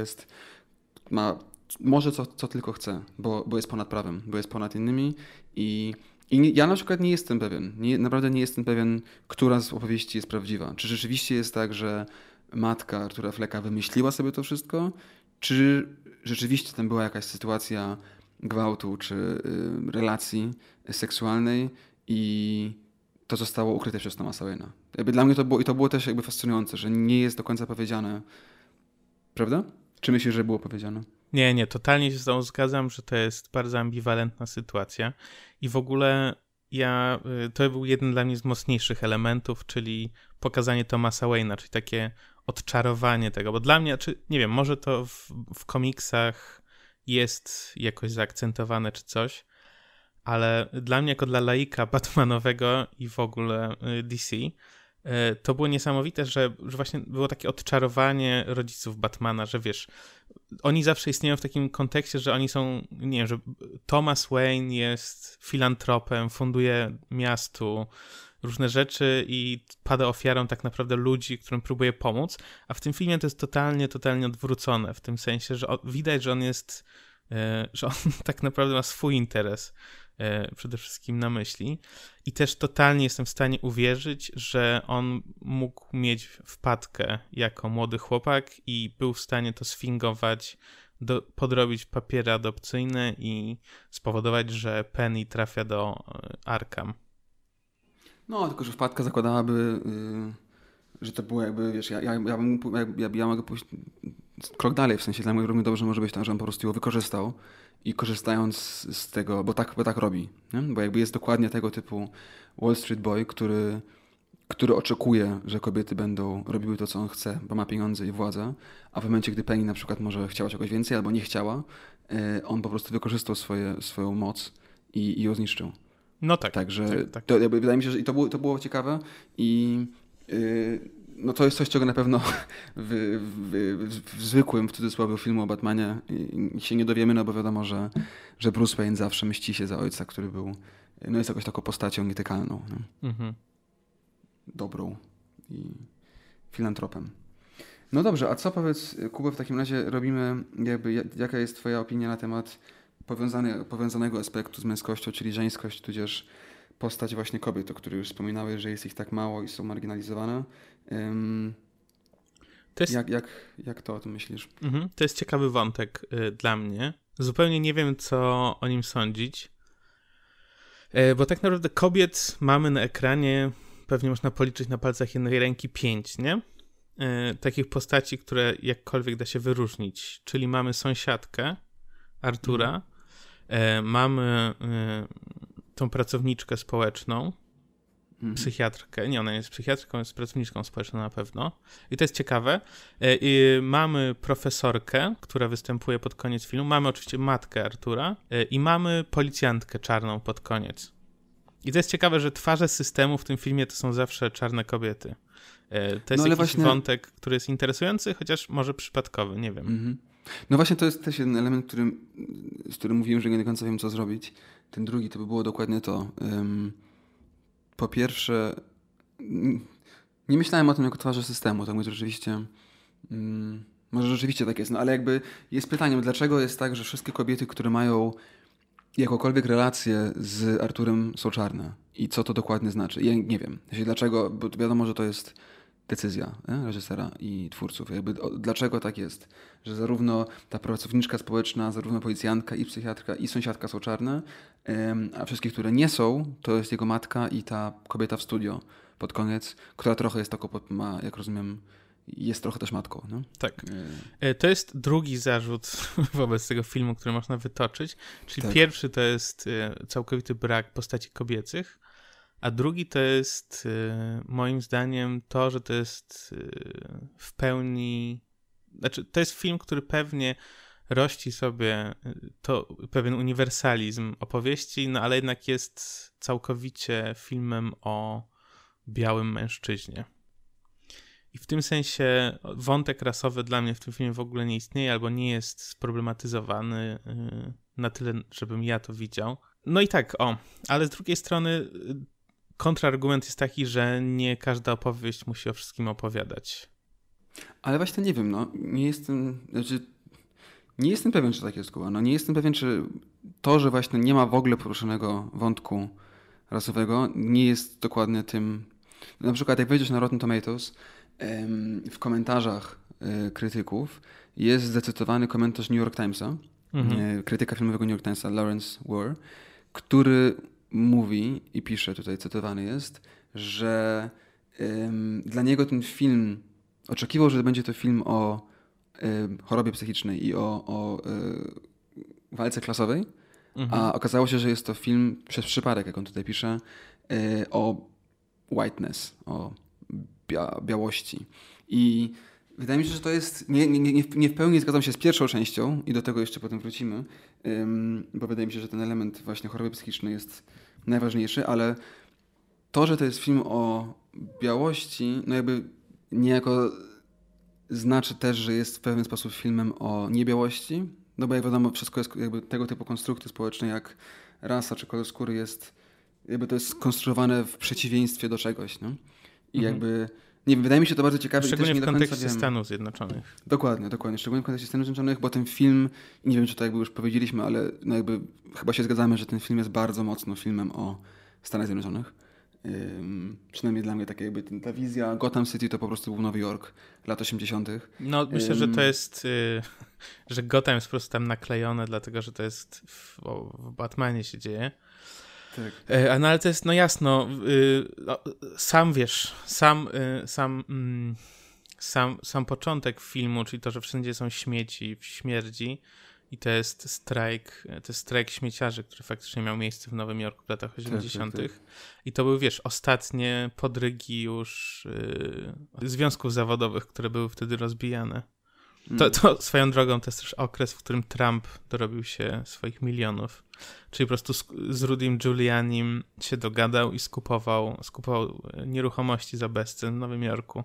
może co tylko chce, bo jest ponad prawem, bo jest ponad innymi i ja na przykład nie jestem pewien, naprawdę nie jestem pewien, która z opowieści jest prawdziwa. Czy rzeczywiście jest tak, że matka Artura Flecka wymyśliła sobie to wszystko, czy rzeczywiście tam była jakaś sytuacja gwałtu czy relacji seksualnej i to zostało ukryte przez Thomasa Wayne'a. Jakby dla mnie to było też jakby fascynujące, że nie jest do końca powiedziane. Prawda? Czy myślisz, że było powiedziane? Nie, totalnie się z tą zgadzam, że to jest bardzo ambiwalentna sytuacja i w ogóle to był jeden dla mnie z mocniejszych elementów, czyli pokazanie Thomasa Wayne'a, czyli takie odczarowanie tego, bo dla mnie, nie wiem, może to w komiksach jest jakoś zaakcentowane czy coś, ale dla mnie jako dla laika Batmanowego i w ogóle DC to było niesamowite, że właśnie było takie odczarowanie rodziców Batmana, że wiesz, oni zawsze istnieją w takim kontekście, że oni są, nie wiem, że Thomas Wayne jest filantropem, funduje miastu różne rzeczy i pada ofiarą tak naprawdę ludzi, którym próbuje pomóc, a w tym filmie to jest totalnie odwrócone, w tym sensie, że widać, że on tak naprawdę ma swój interes przede wszystkim na myśli i też totalnie jestem w stanie uwierzyć, że on mógł mieć wpadkę jako młody chłopak i był w stanie to sfingować, podrobić papiery adopcyjne i spowodować, że Penny trafia do Arkham. No, tylko że wpadka zakładałaby, że to było jakby, wiesz, ja mogę pójść krok dalej, w sensie dla mnie równie dobrze może być tak, że on po prostu ją wykorzystał i korzystając z tego, bo tak robi, nie? Bo jakby jest dokładnie tego typu Wall Street Boy, który oczekuje, że kobiety będą robiły to, co on chce, bo ma pieniądze i władzę, a w momencie, gdy Penny na przykład może chciała czegoś więcej albo nie chciała, on po prostu wykorzystał swoją moc i ją zniszczył. No tak. Także tak. To jakby wydaje mi się, że to było ciekawe i no to jest coś, czego na pewno w zwykłym, w cudzysłowie, filmu o Batmanie się nie dowiemy, no bo wiadomo, że Bruce Wayne zawsze mści się za ojca, który był, no jest jakoś taką postacią nietykalną. Dobrą i filantropem. No dobrze, a co powiedz, Kuba, w takim razie robimy, jaka jest twoja opinia na temat powiązanego aspektu z męskością, czyli żeńskość, tudzież postać właśnie kobiet, o której już wspominałeś, że jest ich tak mało i są marginalizowane. Jak to o tym myślisz? To jest ciekawy wątek dla mnie. Zupełnie nie wiem, co o nim sądzić, bo tak naprawdę kobiet mamy na ekranie, pewnie można policzyć na palcach jednej ręki 5, nie? Takich postaci, które jakkolwiek da się wyróżnić. Czyli mamy sąsiadkę Artura, mamy tą pracowniczkę społeczną, psychiatrkę. Nie, ona nie jest psychiatrką, jest pracowniczką społeczną na pewno. I to jest ciekawe. Mamy profesorkę, która występuje pod koniec filmu. Mamy oczywiście matkę Artura i mamy policjantkę czarną pod koniec. I to jest ciekawe, że twarze systemu w tym filmie to są zawsze czarne kobiety. To jest jakiś wątek, który jest interesujący, chociaż może przypadkowy, nie wiem. No właśnie to jest też jeden element, z którym mówiłem, że nie do końca wiem, co zrobić. Ten drugi to by było dokładnie to. Po pierwsze, nie myślałem o tym jako twarzy systemu, tak mówię, rzeczywiście, może rzeczywiście tak jest, no ale jakby jest pytanie, dlaczego jest tak, że wszystkie kobiety, które mają jakąkolwiek relację z Arturem, są czarne i co to dokładnie znaczy. Ja nie wiem, dlaczego, bo wiadomo, że to jest decyzja reżysera i twórców. Jakby dlaczego tak jest, że zarówno ta pracowniczka społeczna, zarówno policjantka i psychiatrka i sąsiadka są czarne, a wszystkie, które nie są, to jest jego matka i ta kobieta w studio pod koniec, która trochę jest taką, jak rozumiem, jest trochę też matką. No? Tak. To jest drugi zarzut wobec tego filmu, który można wytoczyć. Czyli tak. Pierwszy to jest całkowity brak postaci kobiecych, A drugi to jest moim zdaniem to, że to jest w pełni... Znaczy, to jest film, który pewnie rości sobie to pewien uniwersalizm opowieści, no ale jednak jest całkowicie filmem o białym mężczyźnie. I w tym sensie wątek rasowy dla mnie w tym filmie w ogóle nie istnieje, albo nie jest sproblematyzowany na tyle, żebym ja to widział. No i tak, ale z drugiej strony kontrargument jest taki, że nie każda opowieść musi o wszystkim opowiadać. Ale właśnie nie wiem, nie jestem pewien, czy tak jest, Kuba. Nie jestem pewien, czy to, że właśnie nie ma w ogóle poruszonego wątku rasowego, nie jest dokładnie tym... Na przykład jak wejdziesz na Rotten Tomatoes, w komentarzach krytyków jest zacytowany komentarz New York Timesa, krytyka filmowego New York Timesa, Lawrence Ware, który mówi i pisze, tutaj cytowany jest, że dla niego ten film oczekiwał, że będzie to film o chorobie psychicznej i o walce klasowej, a okazało się, że jest to film przez przypadek, jak on tutaj pisze, o whiteness, o białości. I wydaje mi się, że to jest... Nie w pełni zgadzam się z pierwszą częścią i do tego jeszcze potem wrócimy, bo wydaje mi się, że ten element właśnie choroby psychicznej jest najważniejszy, ale to, że to jest film o białości, no jakby niejako znaczy też, że jest w pewien sposób filmem o niebiałości, no bo jak wiadomo, wszystko jest jakby tego typu konstrukty społeczne jak rasa czy kolor skóry jest, jakby to jest skonstruowane w przeciwieństwie do czegoś, no? I jakby, nie wiem, wydaje mi się to bardzo ciekawe. Szczególnie i też w kontekście Stanów Zjednoczonych. Dokładnie. Szczególnie w kontekście Stanów Zjednoczonych, bo ten film, nie wiem, czy to jakby już powiedzieliśmy, ale no jakby chyba się zgadzamy, że ten film jest bardzo mocno filmem o Stanach Zjednoczonych. Przynajmniej dla mnie tak jakby ta wizja Gotham City to po prostu był Nowy Jork lat 80. No myślę, że to jest, że Gotham jest po prostu tam naklejone, dlatego że to jest w Batmanie się dzieje. Tak. No ale to jest, no jasno, sam wiesz, sam początek filmu, czyli to, że wszędzie są śmieci, śmierdzi i to jest strajk śmieciarzy, który faktycznie miał miejsce w Nowym Jorku w latach 80. Tak. I to były, wiesz, ostatnie podrygi już związków zawodowych, które były wtedy rozbijane. To swoją drogą to jest też okres, w którym Trump dorobił się swoich milionów. Czyli po prostu z Rudym Giulianim się dogadał i skupował nieruchomości za bezcen w Nowym Jorku.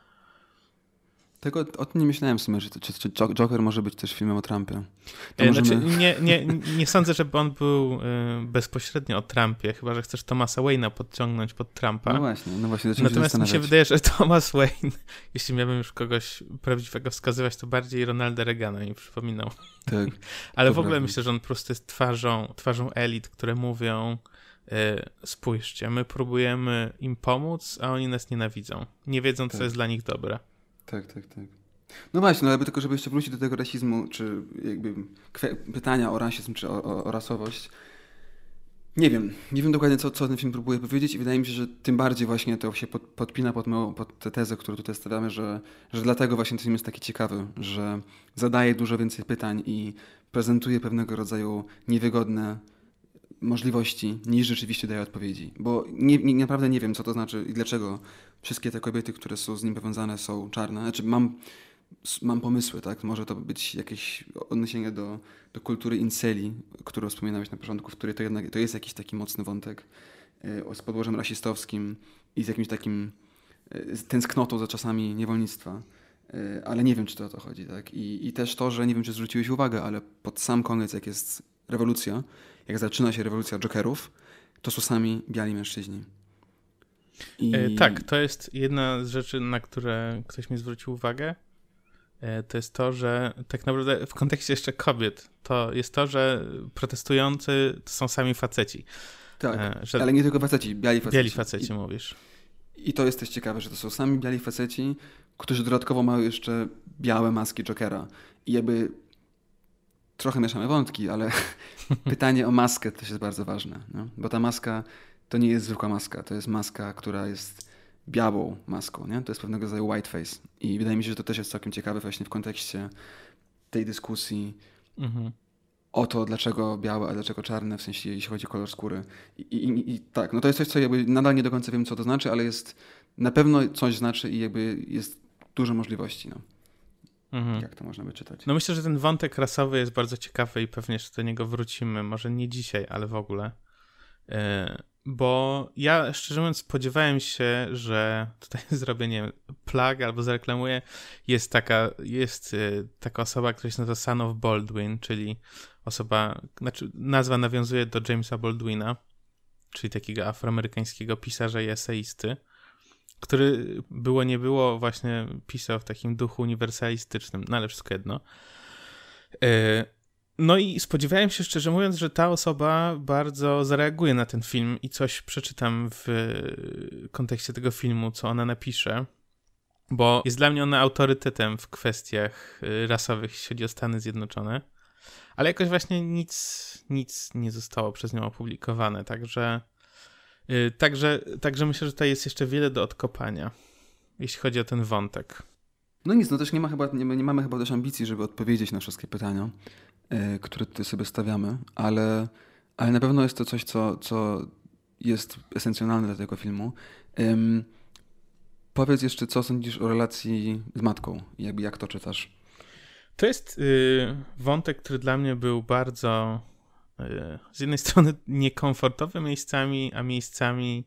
O tym nie myślałem w sumie, czy Joker może być też filmem o Trumpie. Znaczy, nie sądzę, żeby on był bezpośrednio o Trumpie, chyba że chcesz Thomasa Wayne'a podciągnąć pod Trumpa. No właśnie. Natomiast mi się wydaje, że Thomas Wayne, jeśli miałbym już kogoś prawdziwego wskazywać, to bardziej Ronalda Reagana mi przypominał. Tak. Ale w ogóle myślę, że on po prostu jest twarzą elit, które mówią: spójrzcie, my próbujemy im pomóc, a oni nas nienawidzą. Nie wiedzą, co jest dla nich dobre. Tak. No właśnie, ale tylko żeby jeszcze wrócić do tego rasizmu, czy jakby pytania o rasizm, czy o rasowość. Nie wiem dokładnie, co ten film próbuje powiedzieć i wydaje mi się, że tym bardziej właśnie to się podpina pod tę tezę, którą tutaj stawiamy, że dlatego właśnie ten film jest taki ciekawy, że zadaje dużo więcej pytań i prezentuje pewnego rodzaju niewygodne możliwości, niż rzeczywiście daje odpowiedzi. Bo naprawdę nie wiem, co to znaczy i dlaczego wszystkie te kobiety, które są z nim powiązane, są czarne. Znaczy mam pomysły, tak? Może to być jakieś odniesienie do kultury inceli, którą wspominałeś na początku, w której to jest jakiś taki mocny wątek z podłożem rasistowskim i z jakimś takim tęsknotą za czasami niewolnictwa. Ale nie wiem, czy to o to chodzi, tak? I też to, że nie wiem, czy zwróciłeś uwagę, ale pod sam koniec, jak jest rewolucja, jak zaczyna się rewolucja Jokerów, to są sami biali mężczyźni. Tak, to jest jedna z rzeczy, na które ktoś mi zwrócił uwagę. To jest to, że tak naprawdę w kontekście jeszcze kobiet, to jest to, że protestujący to są sami faceci. Tak, ale nie tylko faceci, biali faceci. Biali faceci mówisz. I to jest też ciekawe, że to są sami biali faceci, którzy dodatkowo mają jeszcze białe maski Jokera. I jakby trochę mieszamy wątki, ale pytanie o maskę też jest bardzo ważne. No? Bo ta maska to nie jest zwykła maska, to jest maska, która jest białą maską, nie? To jest pewnego rodzaju whiteface. I wydaje mi się, że to też jest całkiem ciekawe właśnie w kontekście tej dyskusji o to, dlaczego białe, a dlaczego czarne, w sensie jeśli chodzi o kolor skóry. I tak, no to jest coś, co jakby nadal nie do końca wiem, co to znaczy, ale jest na pewno coś znaczy i jakby jest dużo możliwości, no. Jak to można by czytać? No myślę, że ten wątek rasowy jest bardzo ciekawy i pewnie jeszcze do niego wrócimy, może nie dzisiaj, ale w ogóle. Bo ja szczerze mówiąc spodziewałem się, że tutaj zrobię, nie wiem, plug albo zareklamuję. Jest taka osoba, która się nazywa Son of Baldwin, czyli nazwa nawiązuje do Jamesa Baldwina, czyli takiego afroamerykańskiego pisarza i eseisty, który było nie było właśnie pisał w takim duchu uniwersalistycznym, no ale wszystko jedno. No i spodziewałem się, szczerze mówiąc, że ta osoba bardzo zareaguje na ten film i coś przeczytam w kontekście tego filmu, co ona napisze, bo jest dla mnie ona autorytetem w kwestiach rasowych, jeśli chodzi o Stany Zjednoczone, ale jakoś właśnie nic nie zostało przez nią opublikowane, także myślę, że tutaj jest jeszcze wiele do odkopania, jeśli chodzi o ten wątek. No nic, no też nie mamy chyba też ambicji, żeby odpowiedzieć na wszystkie pytania, które tutaj sobie stawiamy, ale na pewno jest to coś, co jest esencjonalne dla tego filmu. Powiedz jeszcze, co sądzisz o relacji z matką i jakby jak to czytasz? To jest wątek, który dla mnie był bardzo z jednej strony niekomfortowy miejscami, a miejscami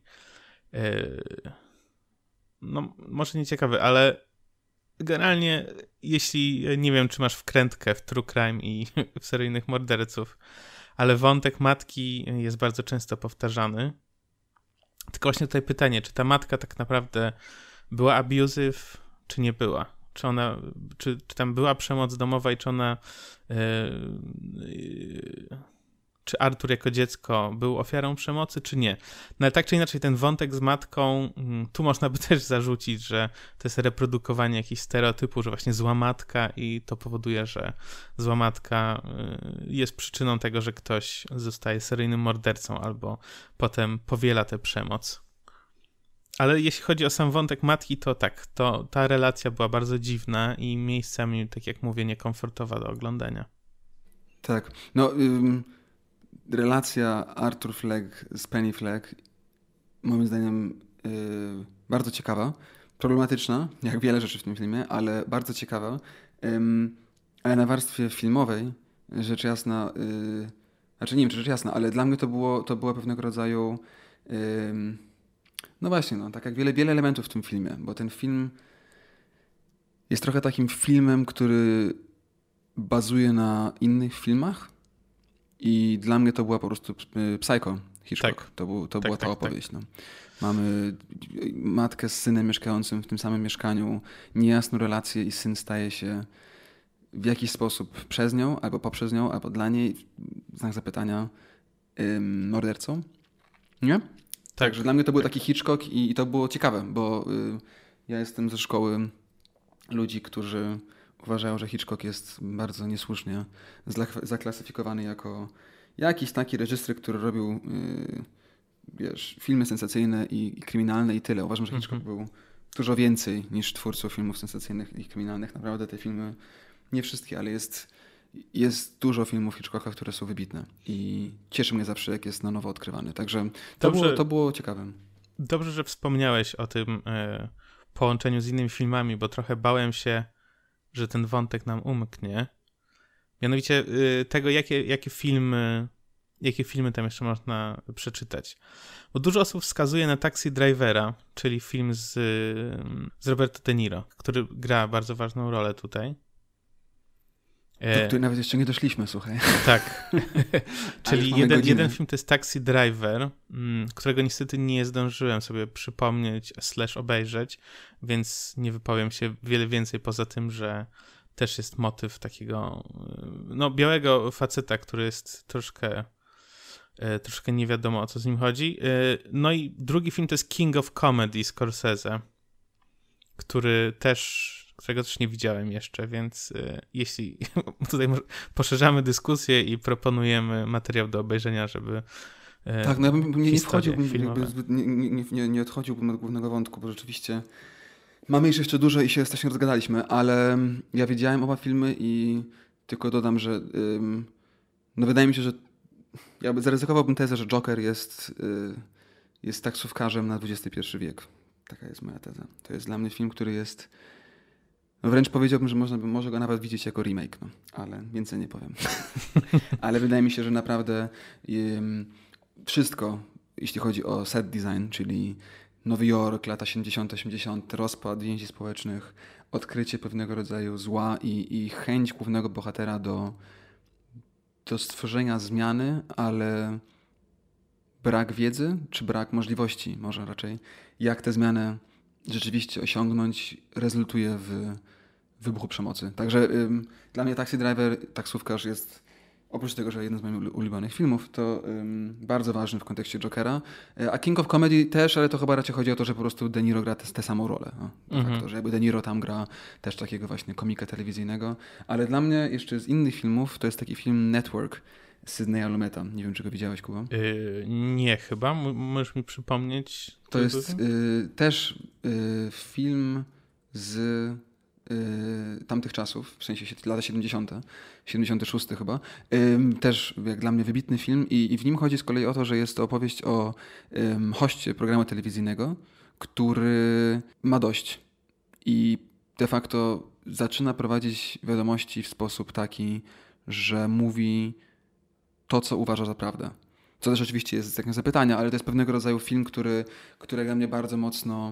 no może nieciekawy, ale generalnie jeśli, nie wiem, czy masz wkrętkę w true crime i w seryjnych morderców, ale wątek matki jest bardzo często powtarzany. Tylko właśnie tutaj pytanie, czy ta matka tak naprawdę była abusive, czy nie była? Czy tam była przemoc domowa i czy Artur jako dziecko był ofiarą przemocy, czy nie. No ale tak czy inaczej ten wątek z matką, tu można by też zarzucić, że to jest reprodukowanie jakichś stereotypów, że właśnie zła matka i to powoduje, że zła matka jest przyczyną tego, że ktoś zostaje seryjnym mordercą albo potem powiela tę przemoc. Ale jeśli chodzi o sam wątek matki, to tak, ta relacja była bardzo dziwna i miejscami, tak jak mówię, niekomfortowa do oglądania. Tak, no relacja Arthur Fleck z Penny Fleck moim zdaniem bardzo ciekawa, problematyczna, jak wiele rzeczy w tym filmie, ale bardzo ciekawa, ale na warstwie filmowej rzecz jasna, znaczy nie wiem, czy rzecz jasna, ale dla mnie to było pewnego rodzaju no właśnie, no, tak jak wiele elementów w tym filmie, bo ten film jest trochę takim filmem, który bazuje na innych filmach i dla mnie to była po prostu Psycho, Hitchcock. Tak. To była ta opowieść. Tak. No. Mamy matkę z synem mieszkającym w tym samym mieszkaniu, niejasną relację i syn staje się w jakiś sposób przez nią, albo poprzez nią, albo dla niej, znak zapytania, mordercą. Nie? Także dla mnie to był taki Hitchcock i to było ciekawe, bo ja jestem ze szkoły ludzi, którzy uważają, że Hitchcock jest bardzo niesłusznie zaklasyfikowany jako jakiś taki reżyser, który robił filmy sensacyjne i kryminalne i tyle. Uważam, że Hitchcock był dużo więcej niż twórcą filmów sensacyjnych i kryminalnych. Naprawdę te filmy, nie wszystkie, ale jest dużo filmów Hitchcocka, które są wybitne i cieszy mnie zawsze, jak jest na nowo odkrywany. Także to było ciekawe. Dobrze, że wspomniałeś o tym połączeniu z innymi filmami, bo trochę bałem się, że ten wątek nam umknie. Mianowicie tego, jakie filmy tam jeszcze można przeczytać. Bo dużo osób wskazuje na Taxi Drivera, czyli film z Roberto De Niro, który gra bardzo ważną rolę tutaj. Do której nawet jeszcze nie doszliśmy, słuchaj. Tak. Czyli jeden film to jest Taxi Driver, którego niestety nie zdążyłem sobie przypomnieć / obejrzeć, więc nie wypowiem się wiele więcej poza tym, że też jest motyw takiego białego faceta, który jest troszkę nie wiadomo, o co z nim chodzi. No i drugi film to jest King of Comedy Scorsese, którego też nie widziałem jeszcze, więc jeśli tutaj poszerzamy dyskusję i proponujemy materiał do obejrzenia, żeby tak, no ja bym nie odchodziłbym od głównego wątku, bo rzeczywiście mamy jeszcze dużo i się strasznie rozgadaliśmy, ale ja widziałem oba filmy i tylko dodam, że No wydaje mi się, że zaryzykowałbym tezę, że Joker jest taksówkarzem na XXI wiek. Taka jest moja teza. To jest dla mnie film, który jest... No wręcz powiedziałbym, że może go nawet widzieć jako remake, no. Ale więcej nie powiem. Ale wydaje mi się, że naprawdę wszystko, jeśli chodzi o set design, czyli Nowy Jork, lata 70., 80., rozpad więzi społecznych, odkrycie pewnego rodzaju zła i chęć głównego bohatera do stworzenia zmiany, ale brak wiedzy, czy brak możliwości może raczej, jak tę zmianę rzeczywiście osiągnąć, rezultuje w wybuchu przemocy. Także dla mnie Taxi Driver, taksówkarz jest, oprócz tego, że jeden z moich ulubionych filmów, to bardzo ważny w kontekście Jokera. A King of Comedy też, ale to chyba raczej chodzi o to, że po prostu De Niro gra tę samą rolę. No, fakto, że jakby De Niro tam gra też takiego właśnie komika telewizyjnego. Ale dla mnie jeszcze z innych filmów to jest taki film Network Sydneya Lumeta. Nie wiem, czy go widziałeś, Kuba? Nie chyba. Możesz mi przypomnieć? To jest też film z tamtych czasów, w sensie lata 70., 76 chyba. Też jak dla mnie wybitny film i w nim chodzi z kolei o to, że jest to opowieść o hoście programu telewizyjnego, który ma dość i de facto zaczyna prowadzić wiadomości w sposób taki, że mówi to, co uważa za prawdę. Co też oczywiście jest znakiem zapytania, ale to jest pewnego rodzaju film, który dla mnie bardzo mocno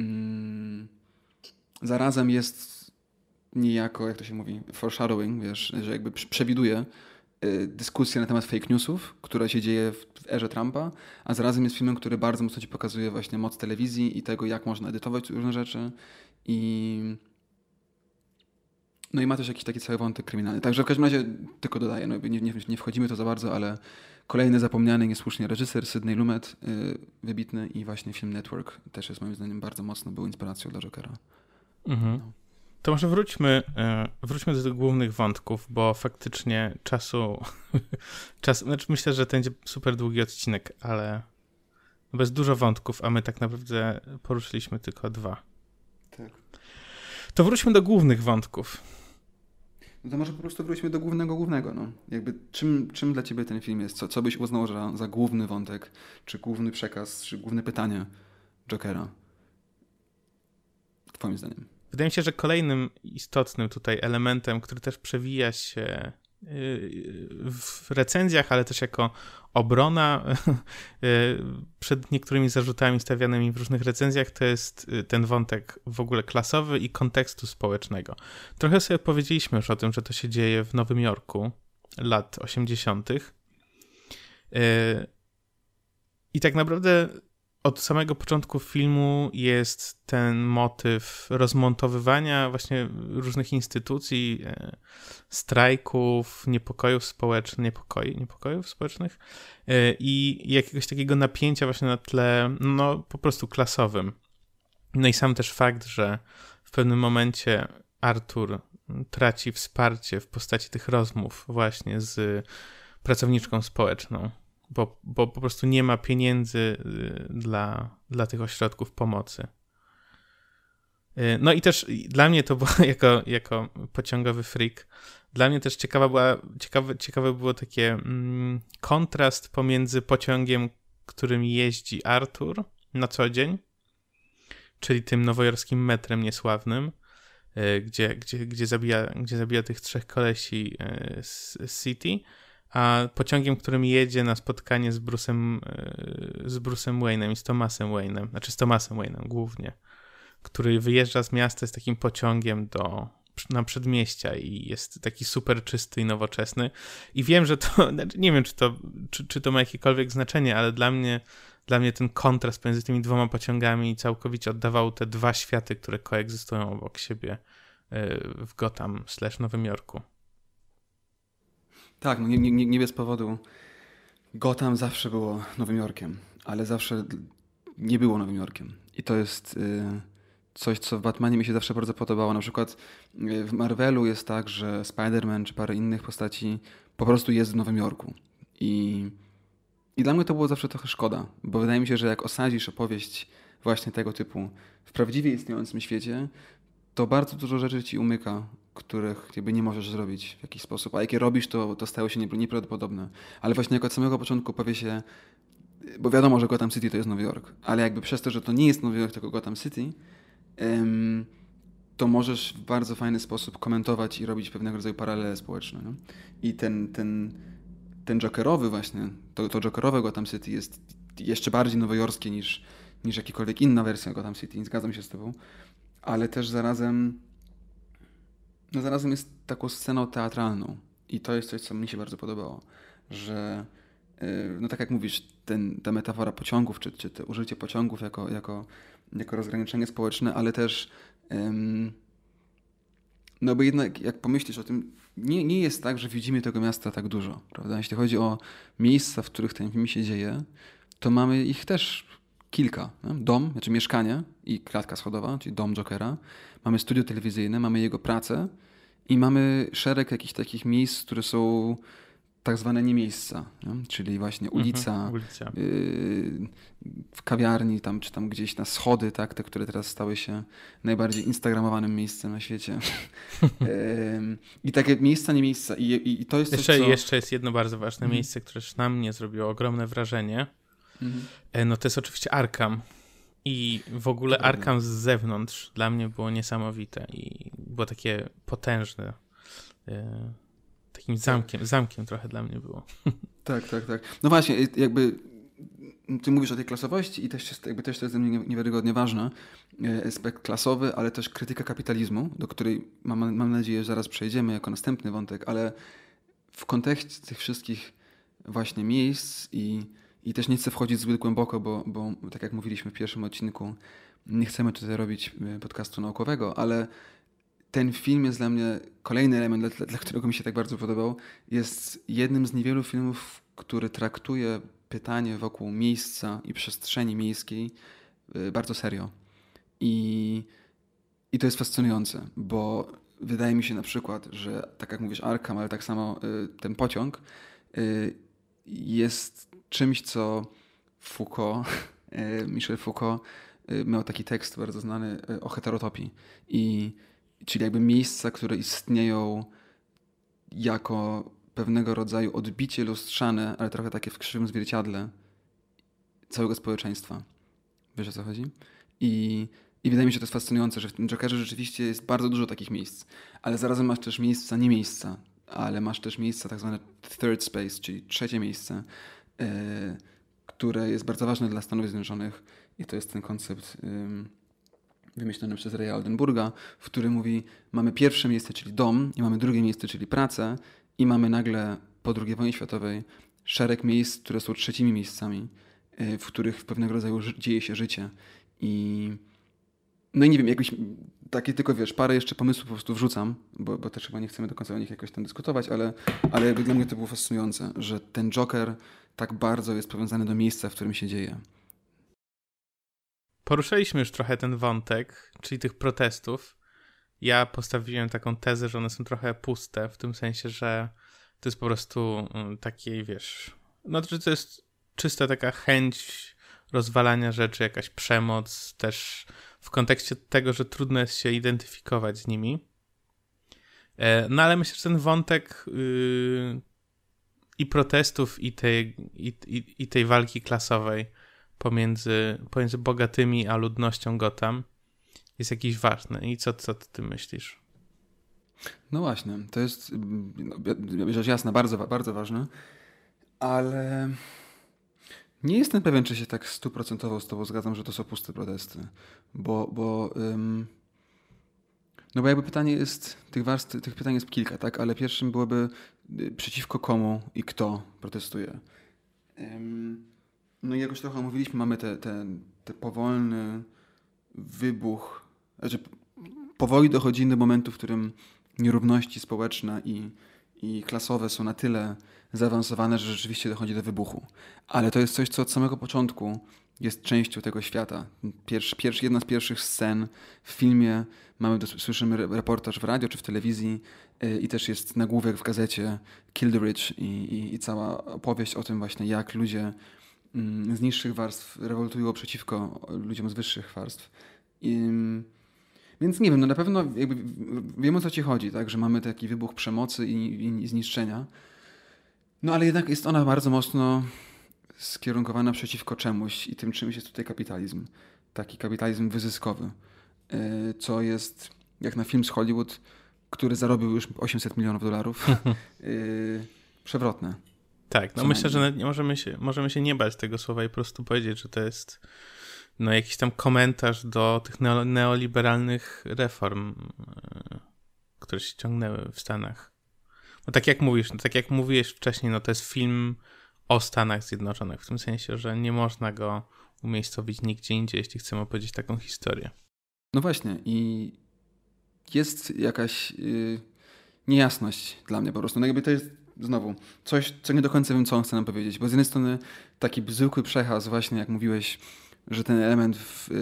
zarazem jest niejako, jak to się mówi, foreshadowing, wiesz, że jakby przewiduje dyskusję na temat fake newsów, która się dzieje w erze Trumpa, a zarazem jest filmem, który bardzo mocno ci pokazuje właśnie moc telewizji i tego, jak można edytować różne rzeczy no i ma też jakiś taki cały wątek kryminalny. Także w każdym razie tylko dodaję, no nie wchodzimy w to za bardzo, ale kolejny zapomniany niesłusznie reżyser Sidney Lumet, wybitny, i właśnie film Network też jest moim zdaniem bardzo mocno był inspiracją dla Jokera. No. To może wróćmy do tych głównych wątków, bo faktycznie znaczy myślę, że to będzie super długi odcinek, ale bez dużo wątków, a my tak naprawdę poruszyliśmy tylko 2. Tak. To wróćmy do głównych wątków. No to może po prostu wróćmy do głównego. No. Jakby czym dla ciebie ten film jest? Co byś uznał za główny wątek, czy główny przekaz, czy główne pytanie Jokera? Twoim zdaniem. Wydaje mi się, że kolejnym istotnym tutaj elementem, który też przewija się w recenzjach, ale też jako obrona przed niektórymi zarzutami stawianymi w różnych recenzjach, to jest ten wątek w ogóle klasowy i kontekstu społecznego. Trochę sobie powiedzieliśmy już o tym, że to się dzieje w Nowym Jorku lat 80. I tak naprawdę od samego początku filmu jest ten motyw rozmontowywania właśnie różnych instytucji, strajków, niepokojów społecznych i jakiegoś takiego napięcia właśnie na tle, no po prostu klasowym. No i sam też fakt, że w pewnym momencie Arthur traci wsparcie w postaci tych rozmów właśnie z pracowniczką społeczną, bo po prostu nie ma pieniędzy dla tych ośrodków pomocy. No i też dla mnie to było jako pociągowy freak, dla mnie też ciekawe było takie kontrast pomiędzy pociągiem, którym jeździ Arthur na co dzień, czyli tym nowojorskim metrem niesławnym, gdzie zabija tych 3 kolesi z City, a pociągiem, którym jedzie na spotkanie z Bruce'em Wayne'em i z Thomasem Wayne'em, znaczy z Thomasem Wayne'em głównie, który wyjeżdża z miasta z takim pociągiem na przedmieścia i jest taki super czysty i nowoczesny. I wiem, że to, nie wiem, czy to ma jakiekolwiek znaczenie, ale dla mnie ten kontrast pomiędzy tymi 2 pociągami całkowicie oddawał te 2 światy, które koegzystują obok siebie w Gotham / Nowym Jorku. Tak, no nie bez powodu. Gotham zawsze było Nowym Jorkiem, ale zawsze nie było Nowym Jorkiem. I to jest coś, co w Batmanie mi się zawsze bardzo podobało. Na przykład w Marvelu jest tak, że Spider-Man czy parę innych postaci po prostu jest w Nowym Jorku. I dla mnie to było zawsze trochę szkoda, bo wydaje mi się, że jak osadzisz opowieść właśnie tego typu w prawdziwie istniejącym świecie, to bardzo dużo rzeczy ci umyka, których jakby nie możesz zrobić w jakiś sposób, a jakie robisz, to stało się nieprawdopodobne. Ale właśnie jak od samego początku powie się, bo wiadomo, że Gotham City to jest Nowy Jork, ale jakby przez to, że to nie jest Nowy Jork, tylko Gotham City, to możesz w bardzo fajny sposób komentować i robić pewnego rodzaju paralele społeczne. No? I ten Jokerowy właśnie, to Jokerowe Gotham City jest jeszcze bardziej nowojorskie niż jakikolwiek inna wersja Gotham City, zgadzam się z tobą, ale też zarazem jest taką sceną teatralną i to jest coś, co mi się bardzo podobało, że no tak jak mówisz, ta metafora pociągów, czy to użycie pociągów jako rozgraniczenie społeczne, ale też no bo jednak jak pomyślisz o tym, nie jest tak, że widzimy tego miasta tak dużo, prawda? Jeśli chodzi o miejsca, w których ten film się dzieje, to mamy ich też kilka. Nie? Dom, znaczy mieszkanie i klatka schodowa, czyli dom Jokera. Mamy studio telewizyjne, mamy jego pracę i mamy szereg jakichś takich miejsc, które są tak zwane nie miejsca, nie? Czyli właśnie ulica, w kawiarni tam, czy tam gdzieś na schody, tak, te, które teraz stały się najbardziej instagramowanym miejscem na świecie. I takie miejsca, nie miejsca. I to jest jeszcze jest jedno bardzo ważne miejsce, które na mnie zrobiło ogromne wrażenie. No to jest oczywiście Arkham. I w ogóle Arkham z zewnątrz dla mnie było niesamowite i było takie potężne. Takim zamkiem trochę dla mnie było. Tak. No właśnie, jakby ty mówisz o tej klasowości i też to jest dla mnie niewiarygodnie ważne. Aspekt klasowy, ale też krytyka kapitalizmu, do której mam nadzieję, że zaraz przejdziemy jako następny wątek, ale w kontekście tych wszystkich właśnie miejsc i też nie chcę wchodzić zbyt głęboko, bo tak jak mówiliśmy w pierwszym odcinku, nie chcemy tutaj robić podcastu naukowego, ale ten film jest dla mnie, kolejny element, dla którego mi się tak bardzo podobał, jest jednym z niewielu filmów, który traktuje pytanie wokół miejsca i przestrzeni miejskiej bardzo serio. I to jest fascynujące, bo wydaje mi się na przykład, że tak jak mówisz Arkham, ale tak samo ten pociąg jest czymś, co Michel Foucault miał taki tekst bardzo znany o heterotopii. Czyli jakby miejsca, które istnieją jako pewnego rodzaju odbicie lustrzane, ale trochę takie w krzywym zwierciadle całego społeczeństwa. Wiesz, o co chodzi? I wydaje mi się to jest fascynujące, że w tym Jokerze rzeczywiście jest bardzo dużo takich miejsc, ale zarazem masz też miejsca, nie miejsca, ale masz też miejsca tak zwane third space, czyli trzecie miejsce, które jest bardzo ważne dla Stanów Zjednoczonych i to jest ten koncept wymyślony przez Raya Oldenburga, w którym mówi, mamy pierwsze miejsce, czyli dom, i mamy drugie miejsce, czyli pracę, i mamy nagle po II wojnie światowej szereg miejsc, które są trzecimi miejscami, w których w pewnego rodzaju dzieje się życie. No i nie wiem, jakbyś takie tylko, wiesz, parę jeszcze pomysłów po prostu wrzucam, bo też chyba nie chcemy do końca o nich jakoś tam dyskutować, ale jakby dla mnie to było fascynujące, że ten Joker tak bardzo jest powiązany do miejsca, w którym się dzieje. Poruszyliśmy już trochę ten wątek, czyli tych protestów. Ja postawiłem taką tezę, że one są trochę puste, w tym sensie, że to jest po prostu takie, wiesz, no że to jest czysta taka chęć rozwalania rzeczy, jakaś przemoc, też w kontekście tego, że trudno jest się identyfikować z nimi. No ale myślę, że ten wątek i protestów, i tej walki klasowej pomiędzy bogatymi a ludnością Gotham jest jakiś ważny. I co ty myślisz? No właśnie, to jest rzecz jasna, bardzo, bardzo ważne, ale nie jestem pewien, czy się tak 100% z tobą zgadzam, że to są puste protesty, bo jakby pytanie jest, tych pytań jest kilka, tak, ale pierwszym byłoby przeciwko komu i kto protestuje. No i jak już trochę mówiliśmy, mamy te powolny wybuch, znaczy powoli dochodzimy do momentu, w którym nierówności społeczne i klasowe są na tyle zaawansowane, że rzeczywiście dochodzi do wybuchu. Ale to jest coś, co od samego początku jest częścią tego świata. Jedna z pierwszych scen w filmie, słyszymy reportaż w radio czy w telewizji i też jest nagłówek w gazecie Kill the Rich i cała opowieść o tym właśnie, jak ludzie z niższych warstw rewoltują przeciwko ludziom z wyższych warstw. Więc nie wiem, no na pewno jakby wiem, o co ci chodzi, tak, że mamy taki wybuch przemocy i zniszczenia. No ale jednak jest ona bardzo mocno skierunkowana przeciwko czemuś i tym czymś jest tutaj kapitalizm. Taki kapitalizm wyzyskowy, co jest jak na film z Hollywood, który zarobił już $800 milionów, przewrotne. Tak, no myślę, że nie możemy się nie bać tego słowa i po prostu powiedzieć, że to jest jakiś tam komentarz do tych neoliberalnych reform, które się ciągnęły w Stanach. No tak jak mówisz, tak jak mówiłeś wcześniej, no to jest film o Stanach Zjednoczonych, w tym sensie, że nie można go umiejscowić nigdzie indziej, jeśli chcemy opowiedzieć taką historię. No właśnie i jest jakaś niejasność dla mnie po prostu. No jakby to jest znowu coś, co nie do końca wiem, co on chce nam powiedzieć, bo z jednej strony taki zwykły przekaz właśnie, jak mówiłeś, że ten element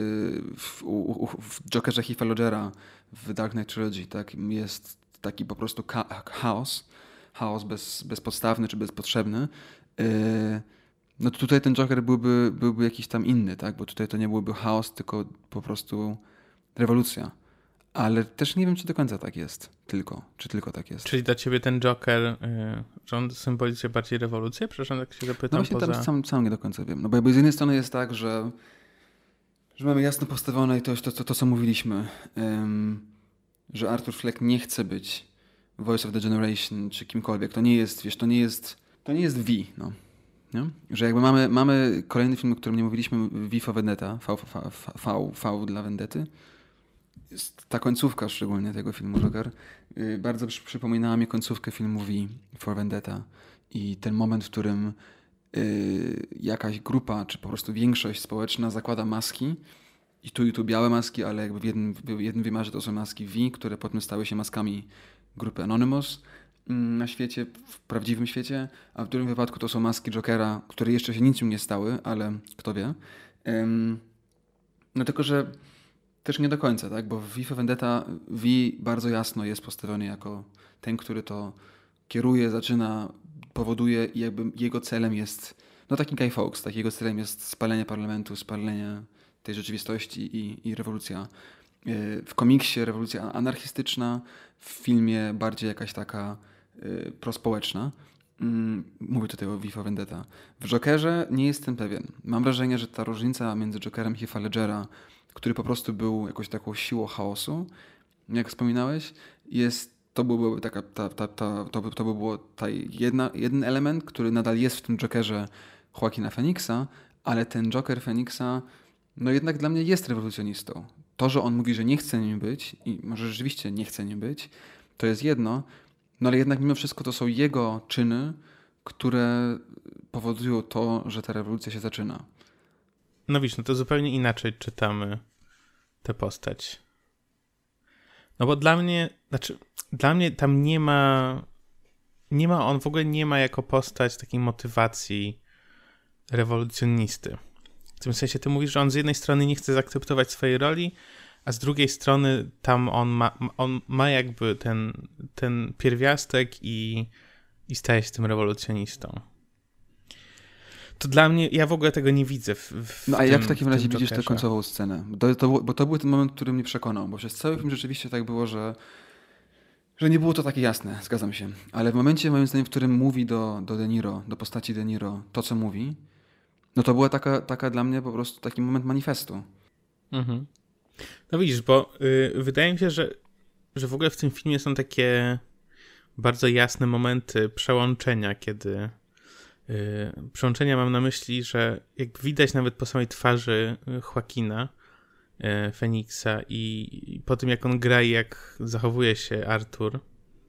w Jokerze Heath'a Ledgera w Dark Knight Trilogy, tak, jest taki po prostu chaos bezpodstawny czy bezpotrzebny. No to tutaj ten Joker byłby jakiś tam inny, tak, bo tutaj to nie byłby chaos, tylko po prostu rewolucja. Ale też nie wiem, czy do końca tak jest. Czy tylko tak jest. Czyli dla ciebie ten Joker, że on symbolizuje bardziej rewolucję? Przepraszam, tak się zapytam. No właśnie tam sam nie do końca wiem. No bo jakby z jednej strony jest tak, że mamy jasno postawione i to co mówiliśmy, że Arthur Fleck nie chce być Voice of the Generation czy kimkolwiek. To nie jest, wiesz, to nie jest V, no. Nie? Że jakby mamy kolejny film, o którym nie mówiliśmy, V for Vendetta, V dla Vendety. Ta końcówka szczególnie tego filmu Joker bardzo przypominała mi końcówkę filmu V for Vendetta i ten moment, w którym jakaś grupa, czy po prostu większość społeczna zakłada maski i tu białe maski, ale jakby w jednym wymiarze to są maski V, które potem stały się maskami grupy Anonymous na świecie, w prawdziwym świecie, a w drugim wypadku to są maski Jokera, które jeszcze się niczym nie stały, ale kto wie. No tylko, że też nie do końca, tak? Bo w V for Vendetta V bardzo jasno jest postawiony jako ten, który to kieruje, zaczyna, powoduje i jakby jego celem jest, no taki Guy Fawkes, tak? Jego celem jest spalenie parlamentu, spalenie tej rzeczywistości i rewolucja. W komiksie rewolucja anarchistyczna, w filmie bardziej jakaś taka prospołeczna. Mówię tutaj o V for Vendetta. W Jokerze nie jestem pewien. Mam wrażenie, że ta różnica między Jokerem Heath'a Ledgera, który po prostu był jakąś taką siłą chaosu, jak wspominałeś, to by było jeden element, który nadal jest w tym Jokerze Joaquina Phoenixa, ale ten Joker Phoenixa no jednak dla mnie jest rewolucjonistą. To, że on mówi, że nie chce nim być i może rzeczywiście nie chce nim być, to jest jedno, no ale jednak mimo wszystko to są jego czyny, które powodują to, że ta rewolucja się zaczyna. No widzisz, no to zupełnie inaczej czytamy tę postać. No bo dla mnie tam nie ma, on w ogóle nie ma jako postać takiej motywacji rewolucjonisty. W tym sensie ty mówisz, że on z jednej strony nie chce zaakceptować swojej roli, a z drugiej strony tam on ma jakby ten pierwiastek i staje się tym rewolucjonistą. To dla mnie, ja w ogóle tego nie widzę No a jak w takim razie widzisz tę końcową scenę? Bo to był ten moment, który mnie przekonał, bo przez cały film rzeczywiście tak było, że nie było to takie jasne, zgadzam się. Ale w momencie, moim zdaniem, w którym mówi do De Niro, do postaci De Niro, to co mówi, no to była taka dla mnie po prostu taki moment manifestu. Mhm. No widzisz, bo wydaje mi się, że w ogóle w tym filmie są takie bardzo jasne momenty przełączenia, kiedy przełączenia mam na myśli, że jak widać nawet po samej twarzy Joaquina Phoenixa i po tym jak on gra i jak zachowuje się Arthur,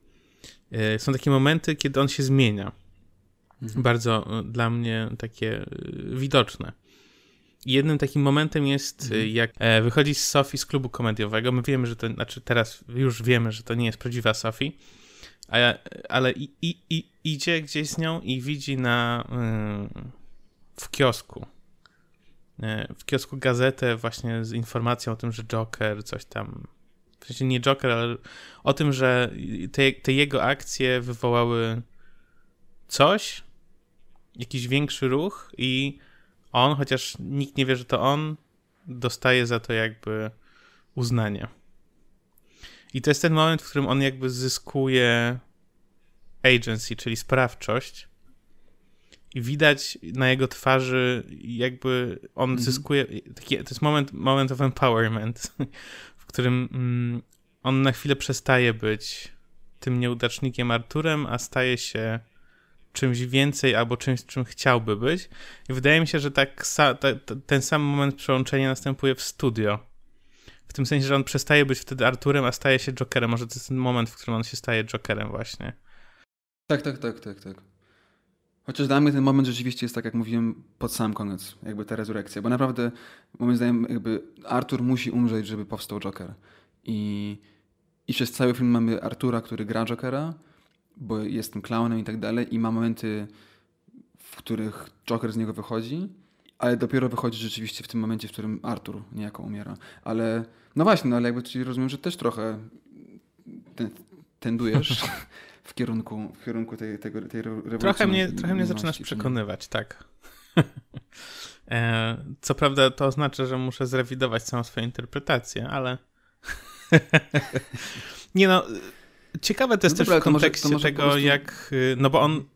są takie momenty, kiedy on się zmienia. Bardzo dla mnie takie widoczne. I jednym takim momentem jest, jak wychodzi z Sophie z klubu komediowego. My wiemy, że to, znaczy teraz już wiemy, że to nie jest prawdziwa Sophie, ale idzie gdzieś z nią i widzi w kiosku gazetę właśnie z informacją o tym, że Joker coś tam, w sensie nie Joker, ale o tym, że te jego akcje wywołały coś, jakiś większy ruch i on, chociaż nikt nie wie, że to on, dostaje za to jakby uznanie. I to jest ten moment, w którym on jakby zyskuje agency, czyli sprawczość. I widać na jego twarzy, jakby on zyskuje. To jest moment of empowerment, w którym on na chwilę przestaje być tym nieudacznikiem Arturem, a staje się czymś więcej albo czymś, czym chciałby być. I wydaje mi się, że ten sam moment przełączenia następuje w studio. W tym sensie, że on przestaje być wtedy Arturem, a staje się Jokerem. Może to jest ten moment, w którym on się staje Jokerem właśnie. Tak. Chociaż dla mnie ten moment rzeczywiście jest, tak jak mówiłem, pod sam koniec, jakby ta rezurekcja, bo naprawdę moim zdaniem jakby Artur musi umrzeć, żeby powstał Joker. I przez cały film mamy Artura, który gra Jokera, bo jest tym klaunem i tak dalej, i ma momenty, w których Joker z niego wychodzi, ale dopiero wychodzi rzeczywiście w tym momencie, w którym Artur niejako umiera. Ale no właśnie, ale jakby czyli rozumiem, że też trochę tendujesz w kierunku tej rewolucji. Trochę mnie zaczynasz przekonywać, tak. Co prawda to oznacza, że muszę zrewidować całą swoją interpretację, ale nie no, ciekawe to jest też w kontekście tego, prostu... jak, no bo on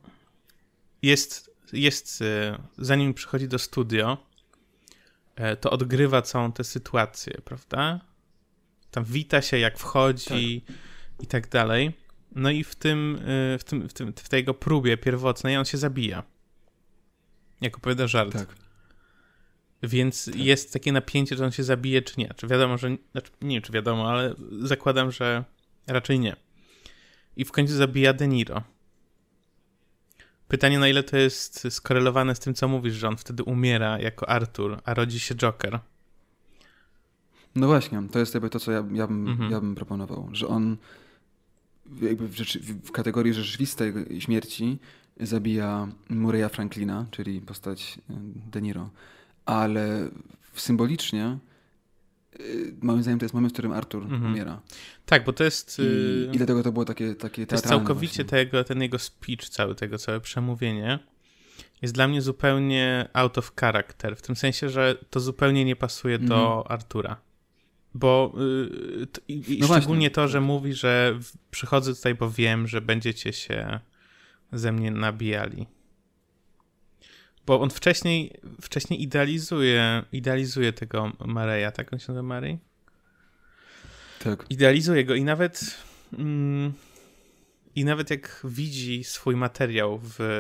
jest zanim przychodzi do studio, to odgrywa całą tę sytuację, prawda? Tam wita się, jak wchodzi i tak dalej. No i w tej jego próbie pierwotnej on się zabija. Jak opowiada żart. Tak. Więc jest takie napięcie, że on się zabije, czy nie. Czy wiadomo, że... Znaczy, nie wiem, czy wiadomo, ale zakładam, że raczej nie. I w końcu zabija De Niro. Pytanie, na ile to jest skorelowane z tym, co mówisz, że on wtedy umiera jako Artur, a rodzi się Joker. No właśnie, to jest jakby to, co ja bym proponował. Że on jakby w kategorii rzeczywistej śmierci zabija Murraya Franklina, czyli postać De Niro. Ale symbolicznie moim zdaniem to jest moment, w którym Artur umiera. Tak, bo to jest... I dlatego to było takie teatralne. To jest całkowicie ten jego speech, całe przemówienie jest dla mnie zupełnie out of character, w tym sensie, że to zupełnie nie pasuje do Artura. Bo no szczególnie to, że mówi, że przychodzę tutaj, bo wiem, że będziecie się ze mnie nabijali. Bo on wcześniej idealizuje tego Murraya, tak on się nazywa, Murray? Tak. Idealizuje go i nawet jak widzi swój materiał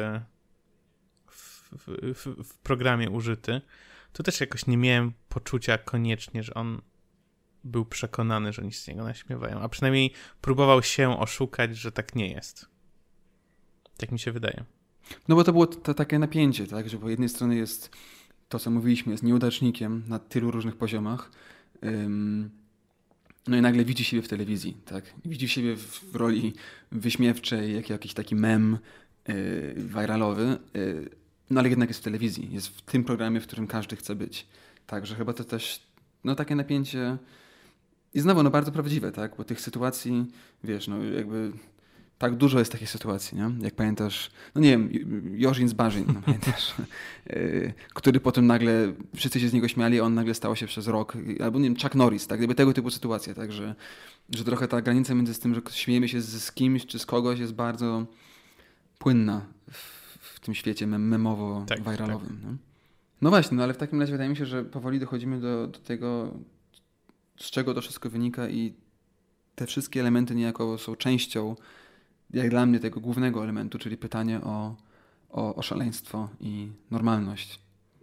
w programie użyty, to też jakoś nie miałem poczucia koniecznie, że on był przekonany, że oni z niego naśmiewają, a przynajmniej próbował się oszukać, że tak nie jest. Tak mi się wydaje. No bo to było takie napięcie, tak, że po jednej stronie jest to, co mówiliśmy, jest nieudacznikiem na tylu różnych poziomach, no i nagle widzi siebie w telewizji, tak, widzi siebie w roli wyśmiewczej, jak jakiś taki mem viralowy, no ale jednak jest w telewizji, jest w tym programie, w którym każdy chce być. Także chyba to też, no takie napięcie i znowu, no bardzo prawdziwe, tak, bo tych sytuacji, wiesz, no jakby tak dużo jest takich sytuacji, nie? Jak pamiętasz, no nie wiem, Jorzin z Barzin, no pamiętasz, który potem nagle, wszyscy się z niego śmiali, a on nagle stał się przez rok, albo nie wiem, Chuck Norris, tak, jakby tego typu sytuacje, tak, że trochę ta granica między tym, że śmiejemy się z kimś czy z kogoś jest bardzo płynna w tym świecie memowo-viralowym. Tak. No właśnie, no ale w takim razie wydaje mi się, że powoli dochodzimy do tego, z czego to wszystko wynika i te wszystkie elementy niejako są częścią, jak dla mnie, tego głównego elementu, czyli pytanie o szaleństwo i normalność.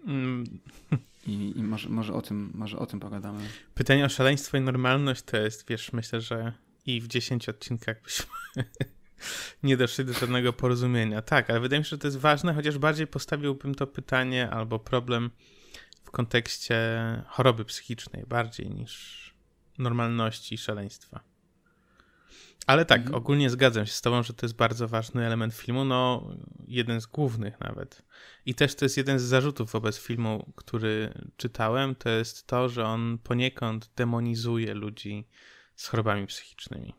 I może o tym pogadamy. Pytanie o szaleństwo i normalność to jest, wiesz, myślę, że i w 10 odcinkach byśmy nie doszli do żadnego porozumienia. Tak, ale wydaje mi się, że to jest ważne, chociaż bardziej postawiłbym to pytanie albo problem w kontekście choroby psychicznej bardziej niż normalności i szaleństwa. Ale tak, ogólnie zgadzam się z tobą, że to jest bardzo ważny element filmu, no jeden z głównych nawet. I też to jest jeden z zarzutów wobec filmu, który czytałem, to jest to, że on poniekąd demonizuje ludzi z chorobami psychicznymi.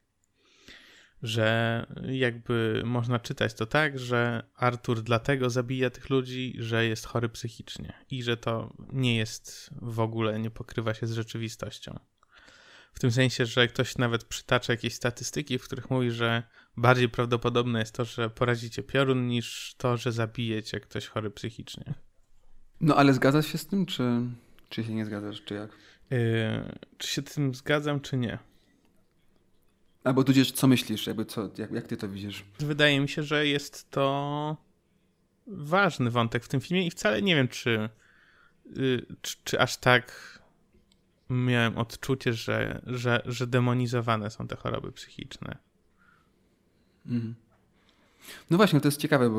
Że jakby można czytać to tak, że Artur dlatego zabija tych ludzi, że jest chory psychicznie i że to nie jest w ogóle, nie pokrywa się z rzeczywistością. w tym sensie, że ktoś nawet przytacza jakieś statystyki, w których mówi, że bardziej prawdopodobne jest to, że porazicie piorun, niż to, że zabijecie ktoś chory psychicznie. No ale zgadzasz się z tym, czy się nie zgadzasz, czy jak? Czy się z tym zgadzam, czy nie? Albo tudzież co myślisz, jak ty to widzisz? Wydaje mi się, że jest to ważny wątek w tym filmie i wcale nie wiem, czy aż tak miałem odczucie, że demonizowane są te choroby psychiczne. Mhm. No właśnie, to jest ciekawe,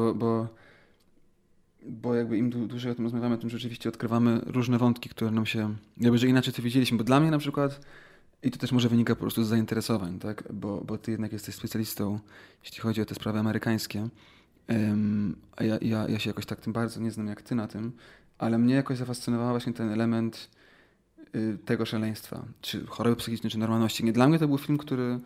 bo jakby im dłużej o tym rozmawiamy, tym rzeczywiście odkrywamy różne wątki, które nam się, jakby że inaczej to widzieliśmy, bo dla mnie na przykład, i to też może wynika po prostu z zainteresowań, tak, bo ty jednak jesteś specjalistą, jeśli chodzi o te sprawy amerykańskie, a ja się jakoś tak tym bardzo nie znam jak ty na tym, ale mnie jakoś zafascynował właśnie ten element tego szaleństwa, czy choroby psychicznej, czy normalności. Nie, dla mnie to był film,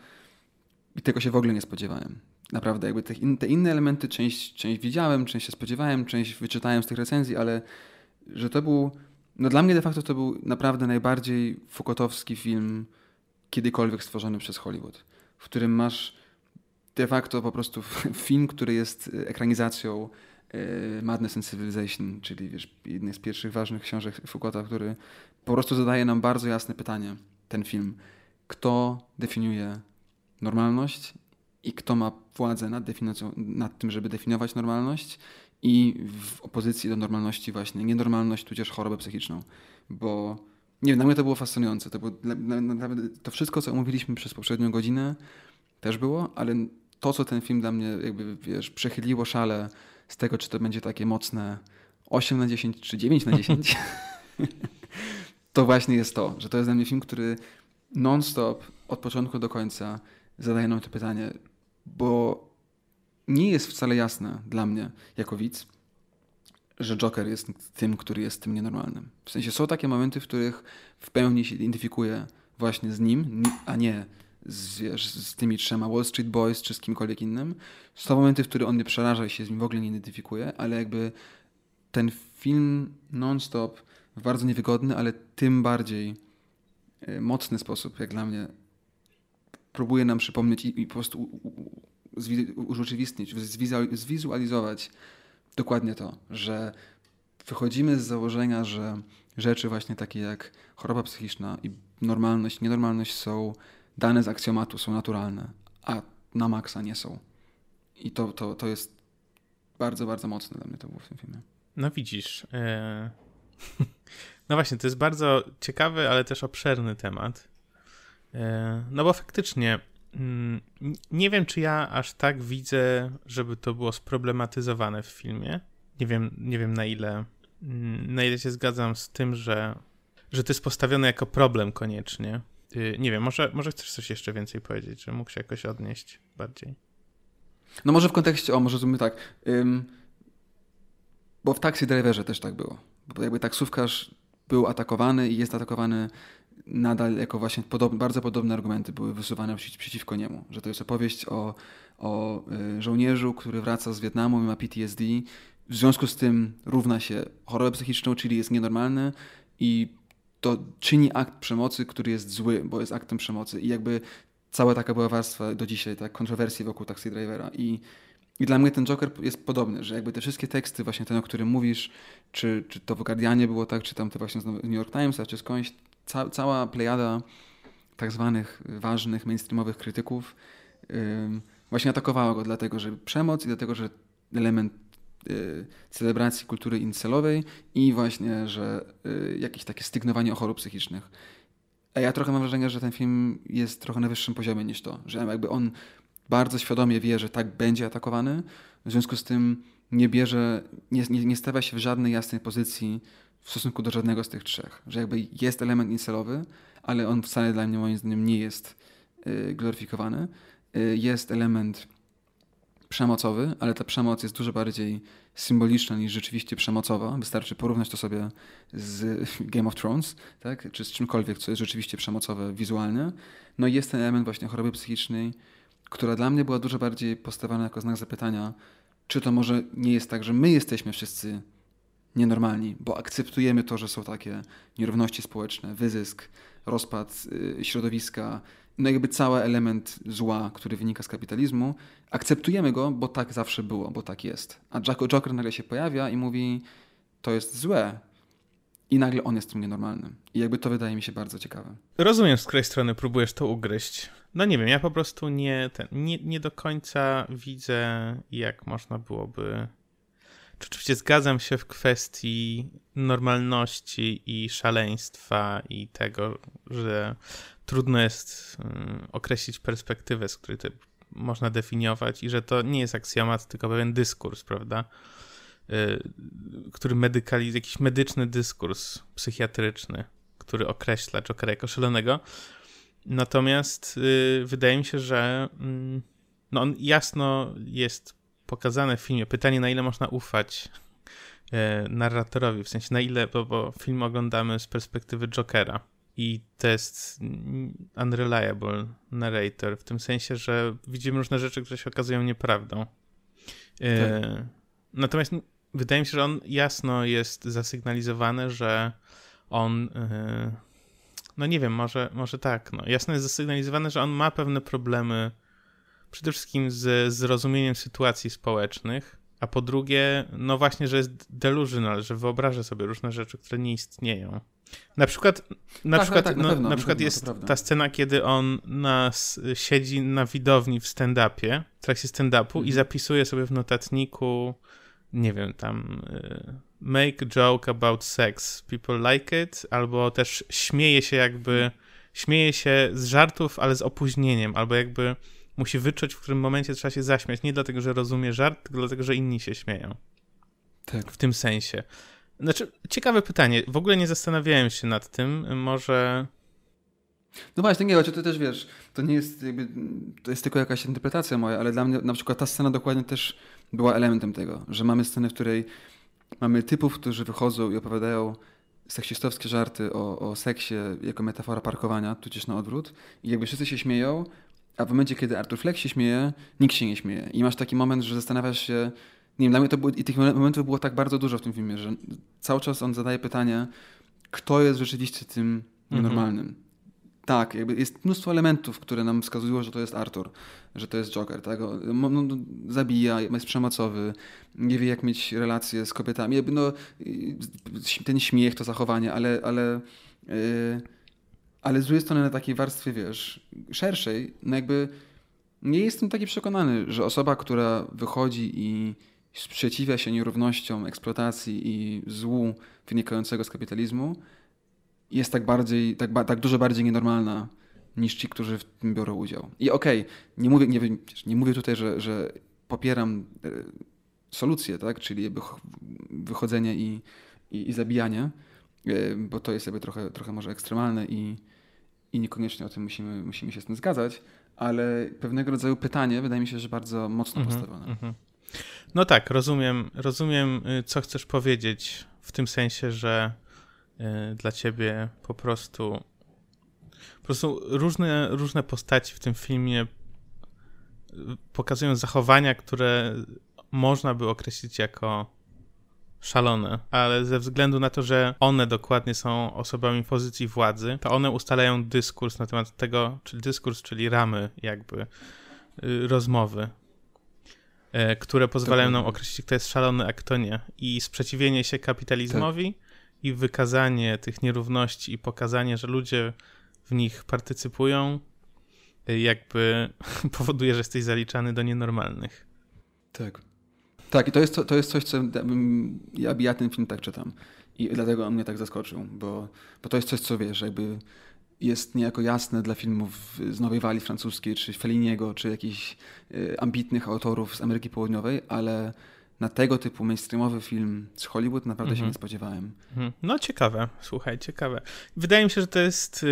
i tego się w ogóle nie spodziewałem. Naprawdę, jakby te inne elementy, część widziałem, część się spodziewałem, część wyczytałem z tych recenzji, ale że to był, no dla mnie de facto to był naprawdę najbardziej Foucaultowski film kiedykolwiek stworzony przez Hollywood, w którym masz de facto po prostu film, który jest ekranizacją Madness and Civilization, czyli wiesz, jednej z pierwszych ważnych książek Foucaulta, który po prostu zadaje nam bardzo jasne pytanie, ten film. Kto definiuje normalność i kto ma władzę nad tym, żeby definiować normalność i w opozycji do normalności właśnie nienormalność, tudzież chorobę psychiczną. Bo nie wiem, dla mnie to było fascynujące. To wszystko, co omówiliśmy przez poprzednią godzinę też było, ale to, co ten film dla mnie jakby, wiesz, przechyliło szale z tego, czy to będzie takie mocne 8/10 czy 9/10, to właśnie jest to, że to jest dla mnie film, który non-stop, od początku do końca zadaje nam to pytanie, bo nie jest wcale jasne dla mnie jako widz, że Joker jest tym, który jest tym nienormalnym. W sensie są takie momenty, w których w pełni się identyfikuję właśnie z nim, a nie z tymi trzema Wall Street Boys czy z kimkolwiek innym. Są momenty, w których on mnie przeraża i się z nim w ogóle nie identyfikuje, ale jakby ten film non-stop w bardzo niewygodny, ale tym bardziej mocny sposób, jak dla mnie, próbuje nam przypomnieć i po prostu urzeczywistnić, zwizualizować dokładnie to, że wychodzimy z założenia, że rzeczy właśnie takie jak choroba psychiczna i normalność, nienormalność są dane z aksjomatu, są naturalne, a na maksa nie są. I to jest bardzo, bardzo mocne dla mnie to było w tym filmie. No widzisz. No właśnie, to jest bardzo ciekawy, ale też obszerny temat. No bo faktycznie nie wiem, czy ja aż tak widzę, żeby to było sproblematyzowane w filmie. Nie wiem na ile się zgadzam z tym, że to jest postawione jako problem koniecznie. Nie wiem, może chcesz coś jeszcze więcej powiedzieć, że mógł się jakoś odnieść bardziej. No może w kontekście, może zróbmy tak, bo w Taxi Driverze też tak było. Bo jakby taksówkarz był atakowany i jest atakowany nadal jako właśnie bardzo podobne argumenty były wysuwane przeciwko niemu. Że to jest opowieść o żołnierzu, który wraca z Wietnamu i ma PTSD. W związku z tym równa się chorobę psychiczną, czyli jest nienormalny i to czyni akt przemocy, który jest zły, bo jest aktem przemocy. I jakby cała taka była warstwa do dzisiaj, tak, kontrowersji wokół Taxi Drivera. I dla mnie ten Joker jest podobny, że jakby te wszystkie teksty, właśnie ten, o którym mówisz, czy to w Guardianie było tak, czy tam to właśnie z New York Timesa, czy skądś, cała plejada tak zwanych ważnych, mainstreamowych krytyków właśnie atakowała go dlatego, że przemoc i dlatego, że element celebracji kultury incelowej i właśnie, że jakieś takie stygnowanie o chorób psychicznych. A ja trochę mam wrażenie, że ten film jest trochę na wyższym poziomie niż to, że jakby on bardzo świadomie wie, że tak będzie atakowany, w związku z tym nie stawia się w żadnej jasnej pozycji w stosunku do żadnego z tych trzech. Że jakby jest element incelowy, ale on wcale dla mnie moim zdaniem nie jest gloryfikowany. Jest element przemocowy, ale ta przemoc jest dużo bardziej symboliczna niż rzeczywiście przemocowa. Wystarczy porównać to sobie z Game of Thrones, tak? Czy z czymkolwiek, co jest rzeczywiście przemocowe wizualnie. No i jest ten element właśnie choroby psychicznej, która dla mnie była dużo bardziej postawiona jako znak zapytania, czy to może nie jest tak, że my jesteśmy wszyscy nienormalni, bo akceptujemy to, że są takie nierówności społeczne, wyzysk, rozpad środowiska, no jakby cały element zła, który wynika z kapitalizmu, akceptujemy go, bo tak zawsze było, bo tak jest. A Joker nagle się pojawia i mówi, to jest złe. I nagle on jest tym nienormalnym. I jakby to wydaje mi się bardzo ciekawe. Rozumiem, z której strony próbujesz to ugryźć. No nie wiem, ja po prostu nie do końca widzę, jak można byłoby... Oczywiście zgadzam się w kwestii normalności i szaleństwa i tego, że trudno jest określić perspektywę, z której to można definiować i że to nie jest aksjomat, tylko pewien dyskurs, prawda? Który jakiś medyczny dyskurs psychiatryczny, który określa Jokera jako szalonego. Natomiast wydaje mi się, że no on jasno jest pokazane w filmie. Pytanie, na ile można ufać narratorowi, w sensie na ile, bo film oglądamy z perspektywy Jokera i to jest unreliable narrator, w tym sensie, że widzimy różne rzeczy, które się okazują nieprawdą. Tak. Natomiast wydaje mi się, że on jasno jest zasygnalizowany, że on no nie wiem, może tak, no jasno jest zasygnalizowane, że on ma pewne problemy przede wszystkim z zrozumieniem sytuacji społecznych, a po drugie, no właśnie, że jest delusional, że wyobraża sobie różne rzeczy, które nie istnieją. Na przykład jest ta scena, kiedy on siedzi na widowni w stand-upie, w trakcie stand-upu i zapisuje sobie w notatniku, nie wiem, tam make a joke about sex, people like it, albo też śmieje się z żartów, ale z opóźnieniem, albo jakby musi wyczuć, w którym momencie trzeba się zaśmiać. Nie dlatego, że rozumie żart, tylko dlatego, że inni się śmieją. Tak. W tym sensie. Znaczy, ciekawe pytanie. W ogóle nie zastanawiałem się nad tym. Może... No właśnie, nie, to też wiesz, to nie jest jakby, to jest tylko jakaś interpretacja moja, ale dla mnie na przykład ta scena dokładnie też była elementem tego, że mamy scenę, w której mamy typów, którzy wychodzą i opowiadają seksistowskie żarty o seksie jako metafora parkowania, tudzież na odwrót i jakby wszyscy się śmieją, a w momencie, kiedy Arthur Fleck się śmieje, nikt się nie śmieje. I masz taki moment, że zastanawiasz się, nie wiem, dla mnie to było, i tych momentów było tak bardzo dużo w tym filmie, że cały czas on zadaje pytanie, kto jest rzeczywiście tym nienormalnym. Tak, jakby jest mnóstwo elementów, które nam wskazują, że to jest Arthur, że to jest Joker, tak? Zabija, jest przemocowy, nie wie jak mieć relacje z kobietami. Jakby ten śmiech, to zachowanie, ale z drugiej strony na takiej warstwie, wiesz, szerszej, no jakby nie jestem taki przekonany, że osoba, która wychodzi i sprzeciwia się nierównościom, eksploatacji i złu wynikającego z kapitalizmu, jest tak dużo bardziej nienormalna niż ci, którzy w tym biorą udział. I okej, nie mówię tutaj, że popieram solucję, tak? Czyli wychodzenie i zabijanie, bo to jest jakby trochę może ekstremalne i niekoniecznie o tym musimy się z tym zgadzać, ale pewnego rodzaju pytanie wydaje mi się, że bardzo mocno postawione. No tak, rozumiem, co chcesz powiedzieć w tym sensie, że dla ciebie po prostu różne postaci w tym filmie pokazują zachowania, które można by określić jako szalone, ale ze względu na to, że one dokładnie są osobami w pozycji władzy, to one ustalają dyskurs na temat tego, czyli ramy jakby rozmowy, które pozwalają nam określić, kto jest szalony, a kto nie. I sprzeciwienie się kapitalizmowi i wykazanie tych nierówności i pokazanie, że ludzie w nich partycypują, jakby powoduje, że jesteś zaliczany do nienormalnych. Tak, i to jest coś, co ja ten film tak czytam. I dlatego on mnie tak zaskoczył, bo to jest coś, co wiesz, jakby jest niejako jasne dla filmów z Nowej Walii francuskiej, czy Felliniego, czy jakichś ambitnych autorów z Ameryki Południowej, ale na tego typu mainstreamowy film z Hollywood naprawdę się nie spodziewałem. No ciekawe, słuchaj, ciekawe. Wydaje mi się, że to jest...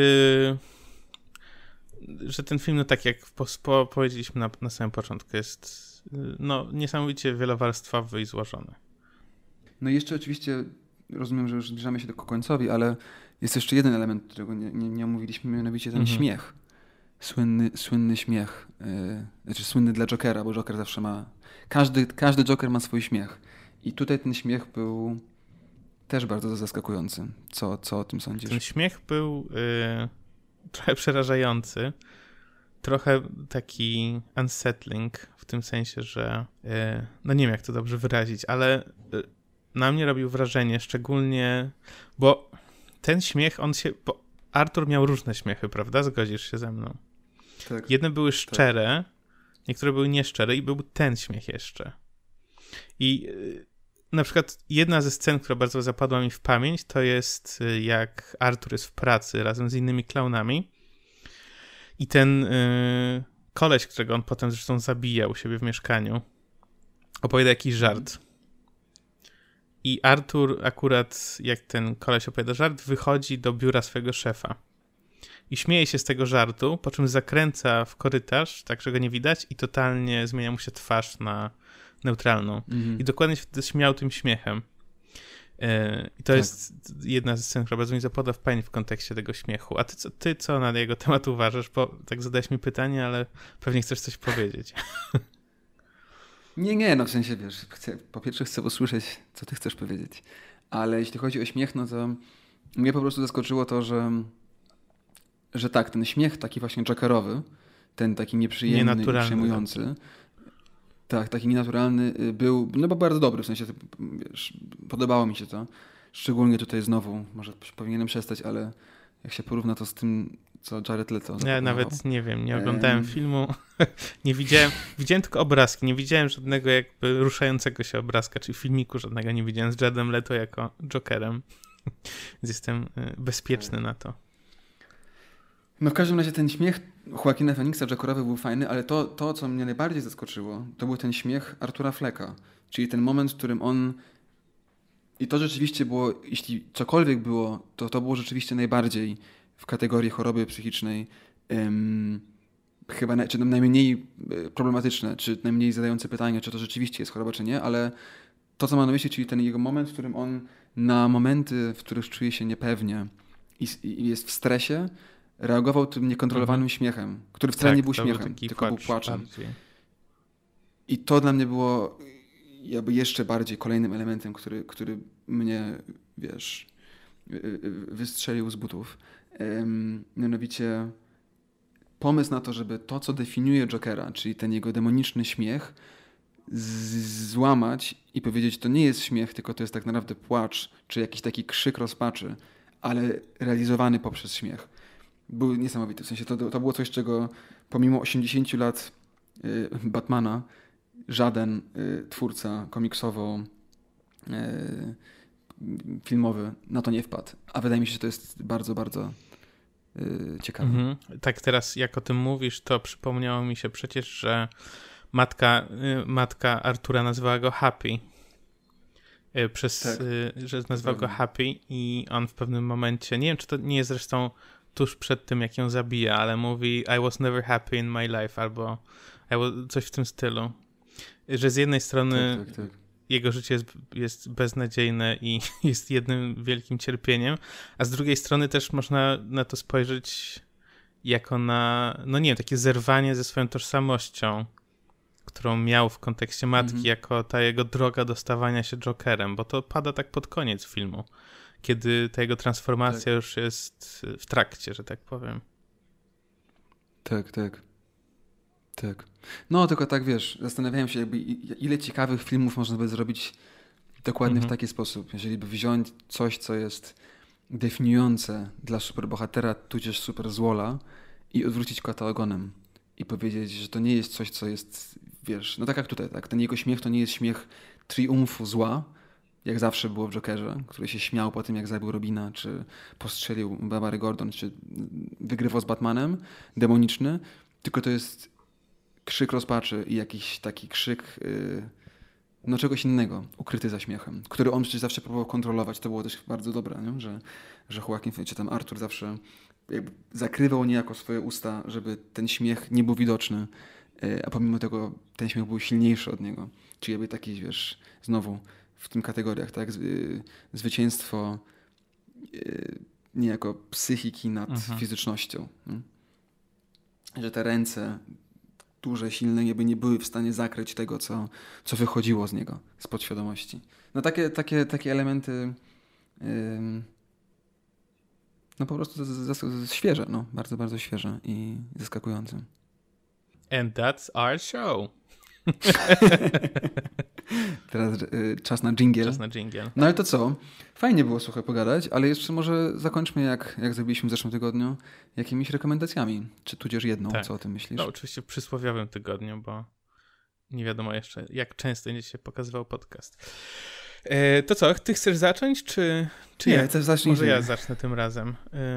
że ten film, no tak jak powiedzieliśmy na samym początku, jest niesamowicie wielowarstwowy i złożony. No i jeszcze oczywiście rozumiem, że już zbliżamy się do końcowi, ale jest jeszcze jeden element, którego nie omówiliśmy, mianowicie ten śmiech. Słynny śmiech. Znaczy słynny dla Jokera, bo Joker zawsze ma... Każdy Joker ma swój śmiech. I tutaj ten śmiech był też bardzo zaskakujący. Co o tym sądzisz? Ten śmiech był trochę przerażający, trochę taki unsettling, w tym sensie, że no nie wiem, jak to dobrze wyrazić, ale na mnie robił wrażenie, szczególnie, bo ten śmiech, bo Arthur miał różne śmiechy, prawda? Zgodzisz się ze mną? Tak. Jedne były szczere, niektóre były nieszczere i był ten śmiech jeszcze. I na przykład jedna ze scen, która bardzo zapadła mi w pamięć, to jest jak Arthur jest w pracy razem z innymi klaunami i ten koleś, którego on potem zresztą zabija u siebie w mieszkaniu, opowiada jakiś żart. I Arthur akurat, jak ten koleś opowiada żart, wychodzi do biura swojego szefa i śmieje się z tego żartu, po czym zakręca w korytarz, tak że go nie widać i totalnie zmienia mu się twarz na neutralną. I dokładnie się wtedy śmiał tym śmiechem. I to jest jedna ze scen, która bardzo mi zapada w pamięć w kontekście tego śmiechu. A ty co na jego temat uważasz? Bo tak zadałeś mi pytanie, ale pewnie chcesz coś powiedzieć. Nie, no w sensie, wiesz, po pierwsze chcę usłyszeć, co ty chcesz powiedzieć. Ale jeśli chodzi o śmiech, no to mnie po prostu zaskoczyło to, że tak, ten śmiech taki właśnie jokerowy, ten taki nieprzyjemny i przejmujący, tak, taki nienaturalny był, no bo bardzo dobry, w sensie, wiesz, podobało mi się to. Szczególnie tutaj znowu, może powinienem przestać, ale jak się porówna to z tym, co Jared Leto zaproponował. Ja nawet nie wiem, nie oglądałem filmu, nie widziałem tylko obrazki, nie widziałem żadnego jakby ruszającego się obrazka, czy filmiku żadnego nie widziałem z Jaredem Leto jako Jokerem, więc jestem bezpieczny na to. No w każdym razie ten śmiech Joaquina Phoenixa jokorowy był fajny, ale to, co mnie najbardziej zaskoczyło, to był ten śmiech Artura Flecka, czyli ten moment, w którym on i to rzeczywiście było, jeśli cokolwiek było, to było rzeczywiście najbardziej w kategorii choroby psychicznej chyba czy najmniej problematyczne, czy najmniej zadające pytanie, czy to rzeczywiście jest choroba, czy nie, ale to, co mam na myśli, czyli ten jego moment, w którym on na momenty, w których czuje się niepewnie i jest w stresie, reagował tym niekontrolowanym śmiechem, który wcale nie był śmiechem, tylko był płaczem. Bardziej. I to dla mnie było jakby jeszcze bardziej kolejnym elementem, który mnie, wiesz, wystrzelił z butów. Mianowicie pomysł na to, żeby to, co definiuje Jokera, czyli ten jego demoniczny śmiech, złamać i powiedzieć, to nie jest śmiech, tylko to jest tak naprawdę płacz, czy jakiś taki krzyk rozpaczy, ale realizowany poprzez śmiech. Był niesamowity. W sensie to było coś, czego pomimo 80 lat Batmana żaden twórca komiksowo-filmowy na to nie wpadł. A wydaje mi się, że to jest bardzo, bardzo ciekawe. Tak teraz jak o tym mówisz, to przypomniało mi się przecież, że matka Artura nazywała go Happy. Że nazywała go Happy i on w pewnym momencie, nie wiem, czy to nie jest zresztą tuż przed tym, jak ją zabija, ale mówi I was never happy in my life, albo coś w tym stylu. Że z jednej strony jego życie jest beznadziejne i jest jednym wielkim cierpieniem, a z drugiej strony też można na to spojrzeć jako na, no nie wiem, takie zerwanie ze swoją tożsamością, którą miał w kontekście matki, jako ta jego droga do stawania się Jokerem, bo to pada tak pod koniec filmu, kiedy ta jego transformacja już jest w trakcie, że tak powiem. Tak. No, tylko tak, wiesz, zastanawiałem się, jakby ile ciekawych filmów można by zrobić dokładnie w taki sposób. Jeżeli by wziąć coś, co jest definiujące dla superbohatera, tudzież superzłola i odwrócić kota ogonem i powiedzieć, że to nie jest coś, co jest, wiesz, no tak jak tutaj, tak, ten jego śmiech to nie jest śmiech triumfu zła, jak zawsze było w Jokerze, który się śmiał po tym, jak zabił Robina, czy postrzelił Barbary Gordon, czy wygrywał z Batmanem, demoniczny, tylko to jest krzyk rozpaczy i jakiś taki krzyk no czegoś innego, ukryty za śmiechem, który on przecież zawsze próbował kontrolować. To było też bardzo dobre, nie? Że Joaquin, czy tam Arthur zawsze jakby zakrywał niejako swoje usta, żeby ten śmiech nie był widoczny, a pomimo tego ten śmiech był silniejszy od niego. Czyli jakby taki, wiesz, znowu w tym kategoriach, tak? Zwycięstwo niejako psychiki nad fizycznością. Nie? Że te ręce duże, silne, jakby nie były w stanie zakryć tego, co wychodziło z niego, z podświadomości. No takie elementy no po prostu świeże, no. Bardzo, bardzo świeże i zaskakujące. And that's our show. Teraz czas na dżingiel. Czas na dżingiel. No ale to co? Fajnie było, słuchaj, pogadać, ale jeszcze może zakończmy, jak zrobiliśmy w zeszłym tygodniu, jakimiś rekomendacjami, czy tudzież jedną, tak. Co o tym myślisz? No oczywiście w przysłowiowym tygodniu, bo nie wiadomo jeszcze, jak często będzie się pokazywał podcast. To co, ty chcesz zacząć, czy nie, ja? To zacznij. Może ja zacznę tym razem.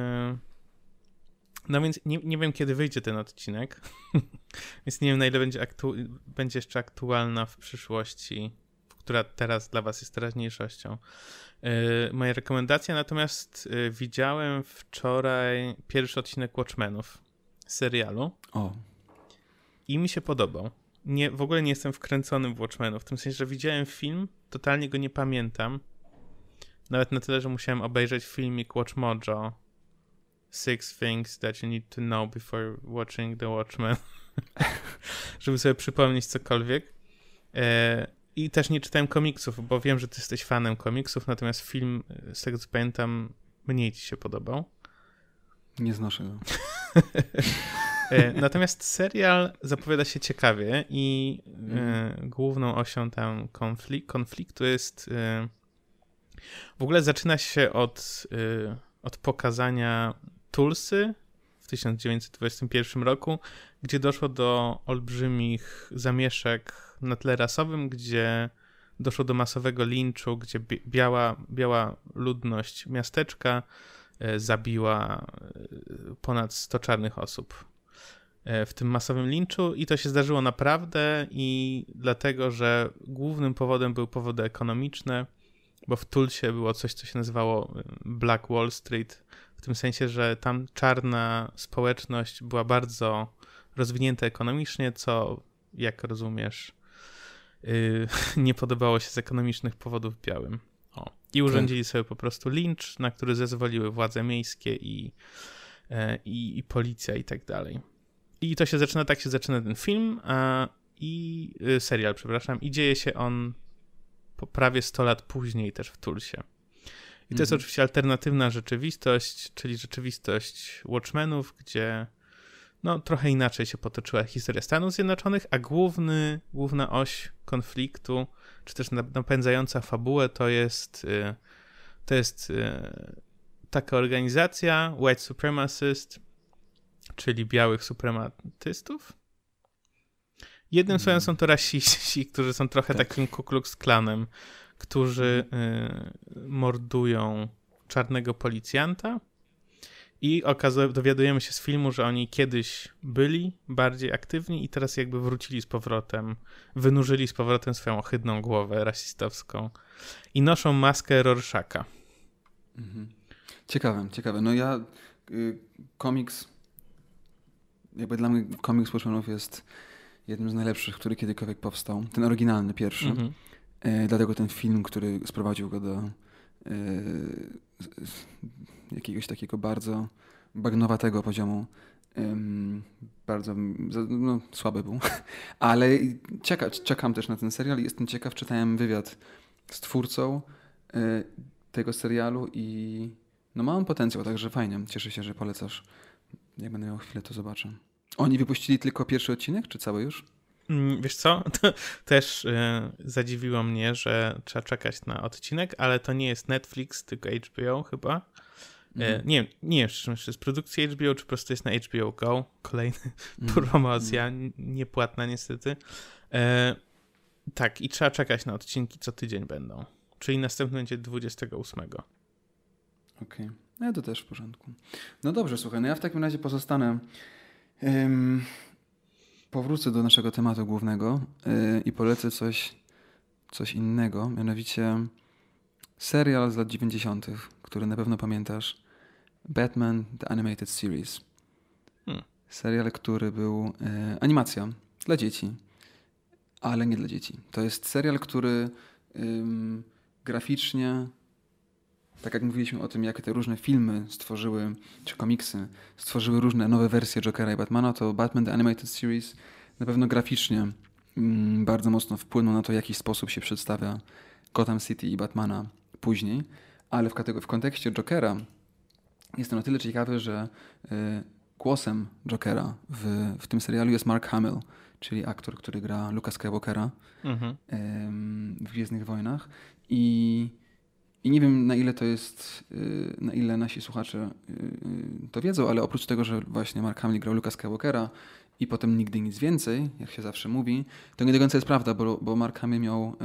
No więc nie wiem, kiedy wyjdzie ten odcinek, więc nie wiem, na ile będzie jeszcze aktualna w przyszłości, która teraz dla was jest teraźniejszością. Moja rekomendacja, natomiast widziałem wczoraj pierwszy odcinek Watchmenów serialu. O. I mi się podobał. W ogóle nie jestem wkręcony w Watchmenów, w tym sensie, że widziałem film, totalnie go nie pamiętam. Nawet na tyle, że musiałem obejrzeć filmik Watch Mojo. 6 things that you need to know before watching The Watchmen. Żeby sobie przypomnieć cokolwiek. I też nie czytałem komiksów, bo wiem, że ty jesteś fanem komiksów, natomiast film, z tego co pamiętam, mniej ci się podobał. Nie znoszę go. Natomiast serial zapowiada się ciekawie i główną osią tam konfliktu jest... w ogóle zaczyna się od pokazania Tulsy w 1921 roku, gdzie doszło do olbrzymich zamieszek na tle rasowym, gdzie doszło do masowego linczu, gdzie biała ludność miasteczka zabiła ponad 100 czarnych osób w tym masowym linczu i to się zdarzyło naprawdę i dlatego, że głównym powodem były powody ekonomiczne, bo w Tulsie było coś, co się nazywało Black Wall Street, w tym sensie, że tam czarna społeczność była bardzo rozwinięta ekonomicznie, co, jak rozumiesz, nie podobało się z ekonomicznych powodów białym. I urządzili sobie po prostu lincz, na który zezwoliły władze miejskie i policja i tak dalej. I to się zaczyna, tak się zaczyna ten film serial, przepraszam, i dzieje się on prawie 100 lat później też w Tulsie. I to jest oczywiście alternatywna rzeczywistość, czyli rzeczywistość Watchmenów, gdzie no, trochę inaczej się potoczyła historia Stanów Zjednoczonych, a główna oś konfliktu, czy też napędzająca fabułę to jest taka organizacja White Supremacist, czyli białych suprematystów. Jednym słowem są to rasiści, którzy są trochę takim Ku Klux Klanem, którzy mordują czarnego policjanta i dowiadujemy się z filmu, że oni kiedyś byli bardziej aktywni i teraz jakby wrócili z powrotem, wynurzyli z powrotem swoją ohydną głowę rasistowską i noszą maskę Rorschacha. Ciekawe. No ja komiks, jakby dla mnie komiks Watchmenów jest jednym z najlepszych, który kiedykolwiek powstał. Ten oryginalny, pierwszy. Dlatego ten film, który sprowadził go do jakiegoś takiego bardzo bagnowatego poziomu, bardzo słaby był. Ale czekam też na ten serial i jestem ciekaw. Czytałem wywiad z twórcą tego serialu i no ma on potencjał, także fajnie. Cieszę się, że polecasz. Jak będę miał chwilę, to zobaczę. Oni wypuścili tylko pierwszy odcinek, czy cały już? Wiesz co? To też zadziwiło mnie, że trzeba czekać na odcinek, ale to nie jest Netflix, tylko HBO chyba. Nie wiem, czy to jest produkcja HBO, czy po prostu jest na HBO Go. Kolejna promocja, niepłatna niestety. Tak, i trzeba czekać na odcinki, co tydzień będą. Czyli następny będzie 28. Okej. No to też w porządku. No dobrze, słuchaj, no ja w takim razie pozostanę. Powrócę do naszego tematu głównego i polecę coś innego, mianowicie serial z lat 90., który na pewno pamiętasz. Batman The Animated Series. Serial, który był animacja dla dzieci, ale nie dla dzieci. To jest serial, który graficznie, tak jak mówiliśmy o tym, jak te różne filmy stworzyły, czy komiksy stworzyły różne nowe wersje Jokera i Batmana, to Batman The Animated Series na pewno graficznie bardzo mocno wpłynął na to, w jaki sposób się przedstawia Gotham City i Batmana później. ale w kontekście Jokera jest to na tyle ciekawe, że głosem Jokera w tym serialu jest Mark Hamill, czyli aktor, który gra Luka Skywalkera w Gwiezdnych Wojnach. I nie wiem, na ile to jest, na ile nasi słuchacze to wiedzą, ale oprócz tego, że właśnie Mark Hamill grał Luka Skywalkera i potem nigdy nic więcej, jak się zawsze mówi, to nie do końca jest prawda, bo Mark Hamill miał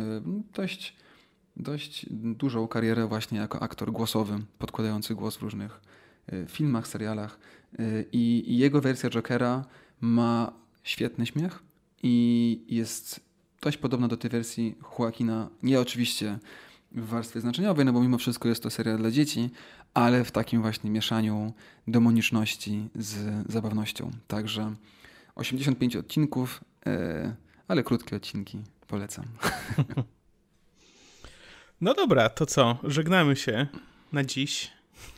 dość dużą karierę właśnie jako aktor głosowy, podkładający głos w różnych filmach, serialach. I jego wersja Jokera ma świetny śmiech i jest dość podobna do tej wersji Joaquina, nie oczywiście w warstwie znaczeniowej, no bo mimo wszystko jest to serial dla dzieci, ale w takim właśnie mieszaniu demoniczności z zabawnością. Także 85 odcinków, ale krótkie odcinki. Polecam. No dobra, to co? Żegnamy się na dziś.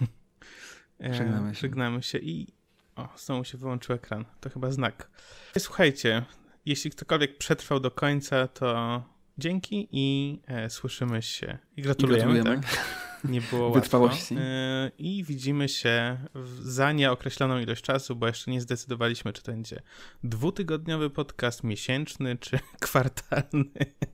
Żegnamy się i... O, znowu się wyłączył ekran. To chyba znak. Słuchajcie, jeśli ktokolwiek przetrwał do końca, to dzięki i słyszymy się. I gratulujemy. Tak? Nie było łatwo. Wytrwałości. I widzimy się za nieokreśloną ilość czasu, bo jeszcze nie zdecydowaliśmy, czy to będzie 2-tygodniowy podcast, miesięczny, czy kwartalny.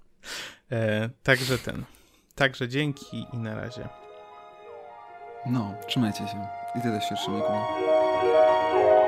Także dzięki i na razie. No, trzymajcie się. I ty też się trzymaj.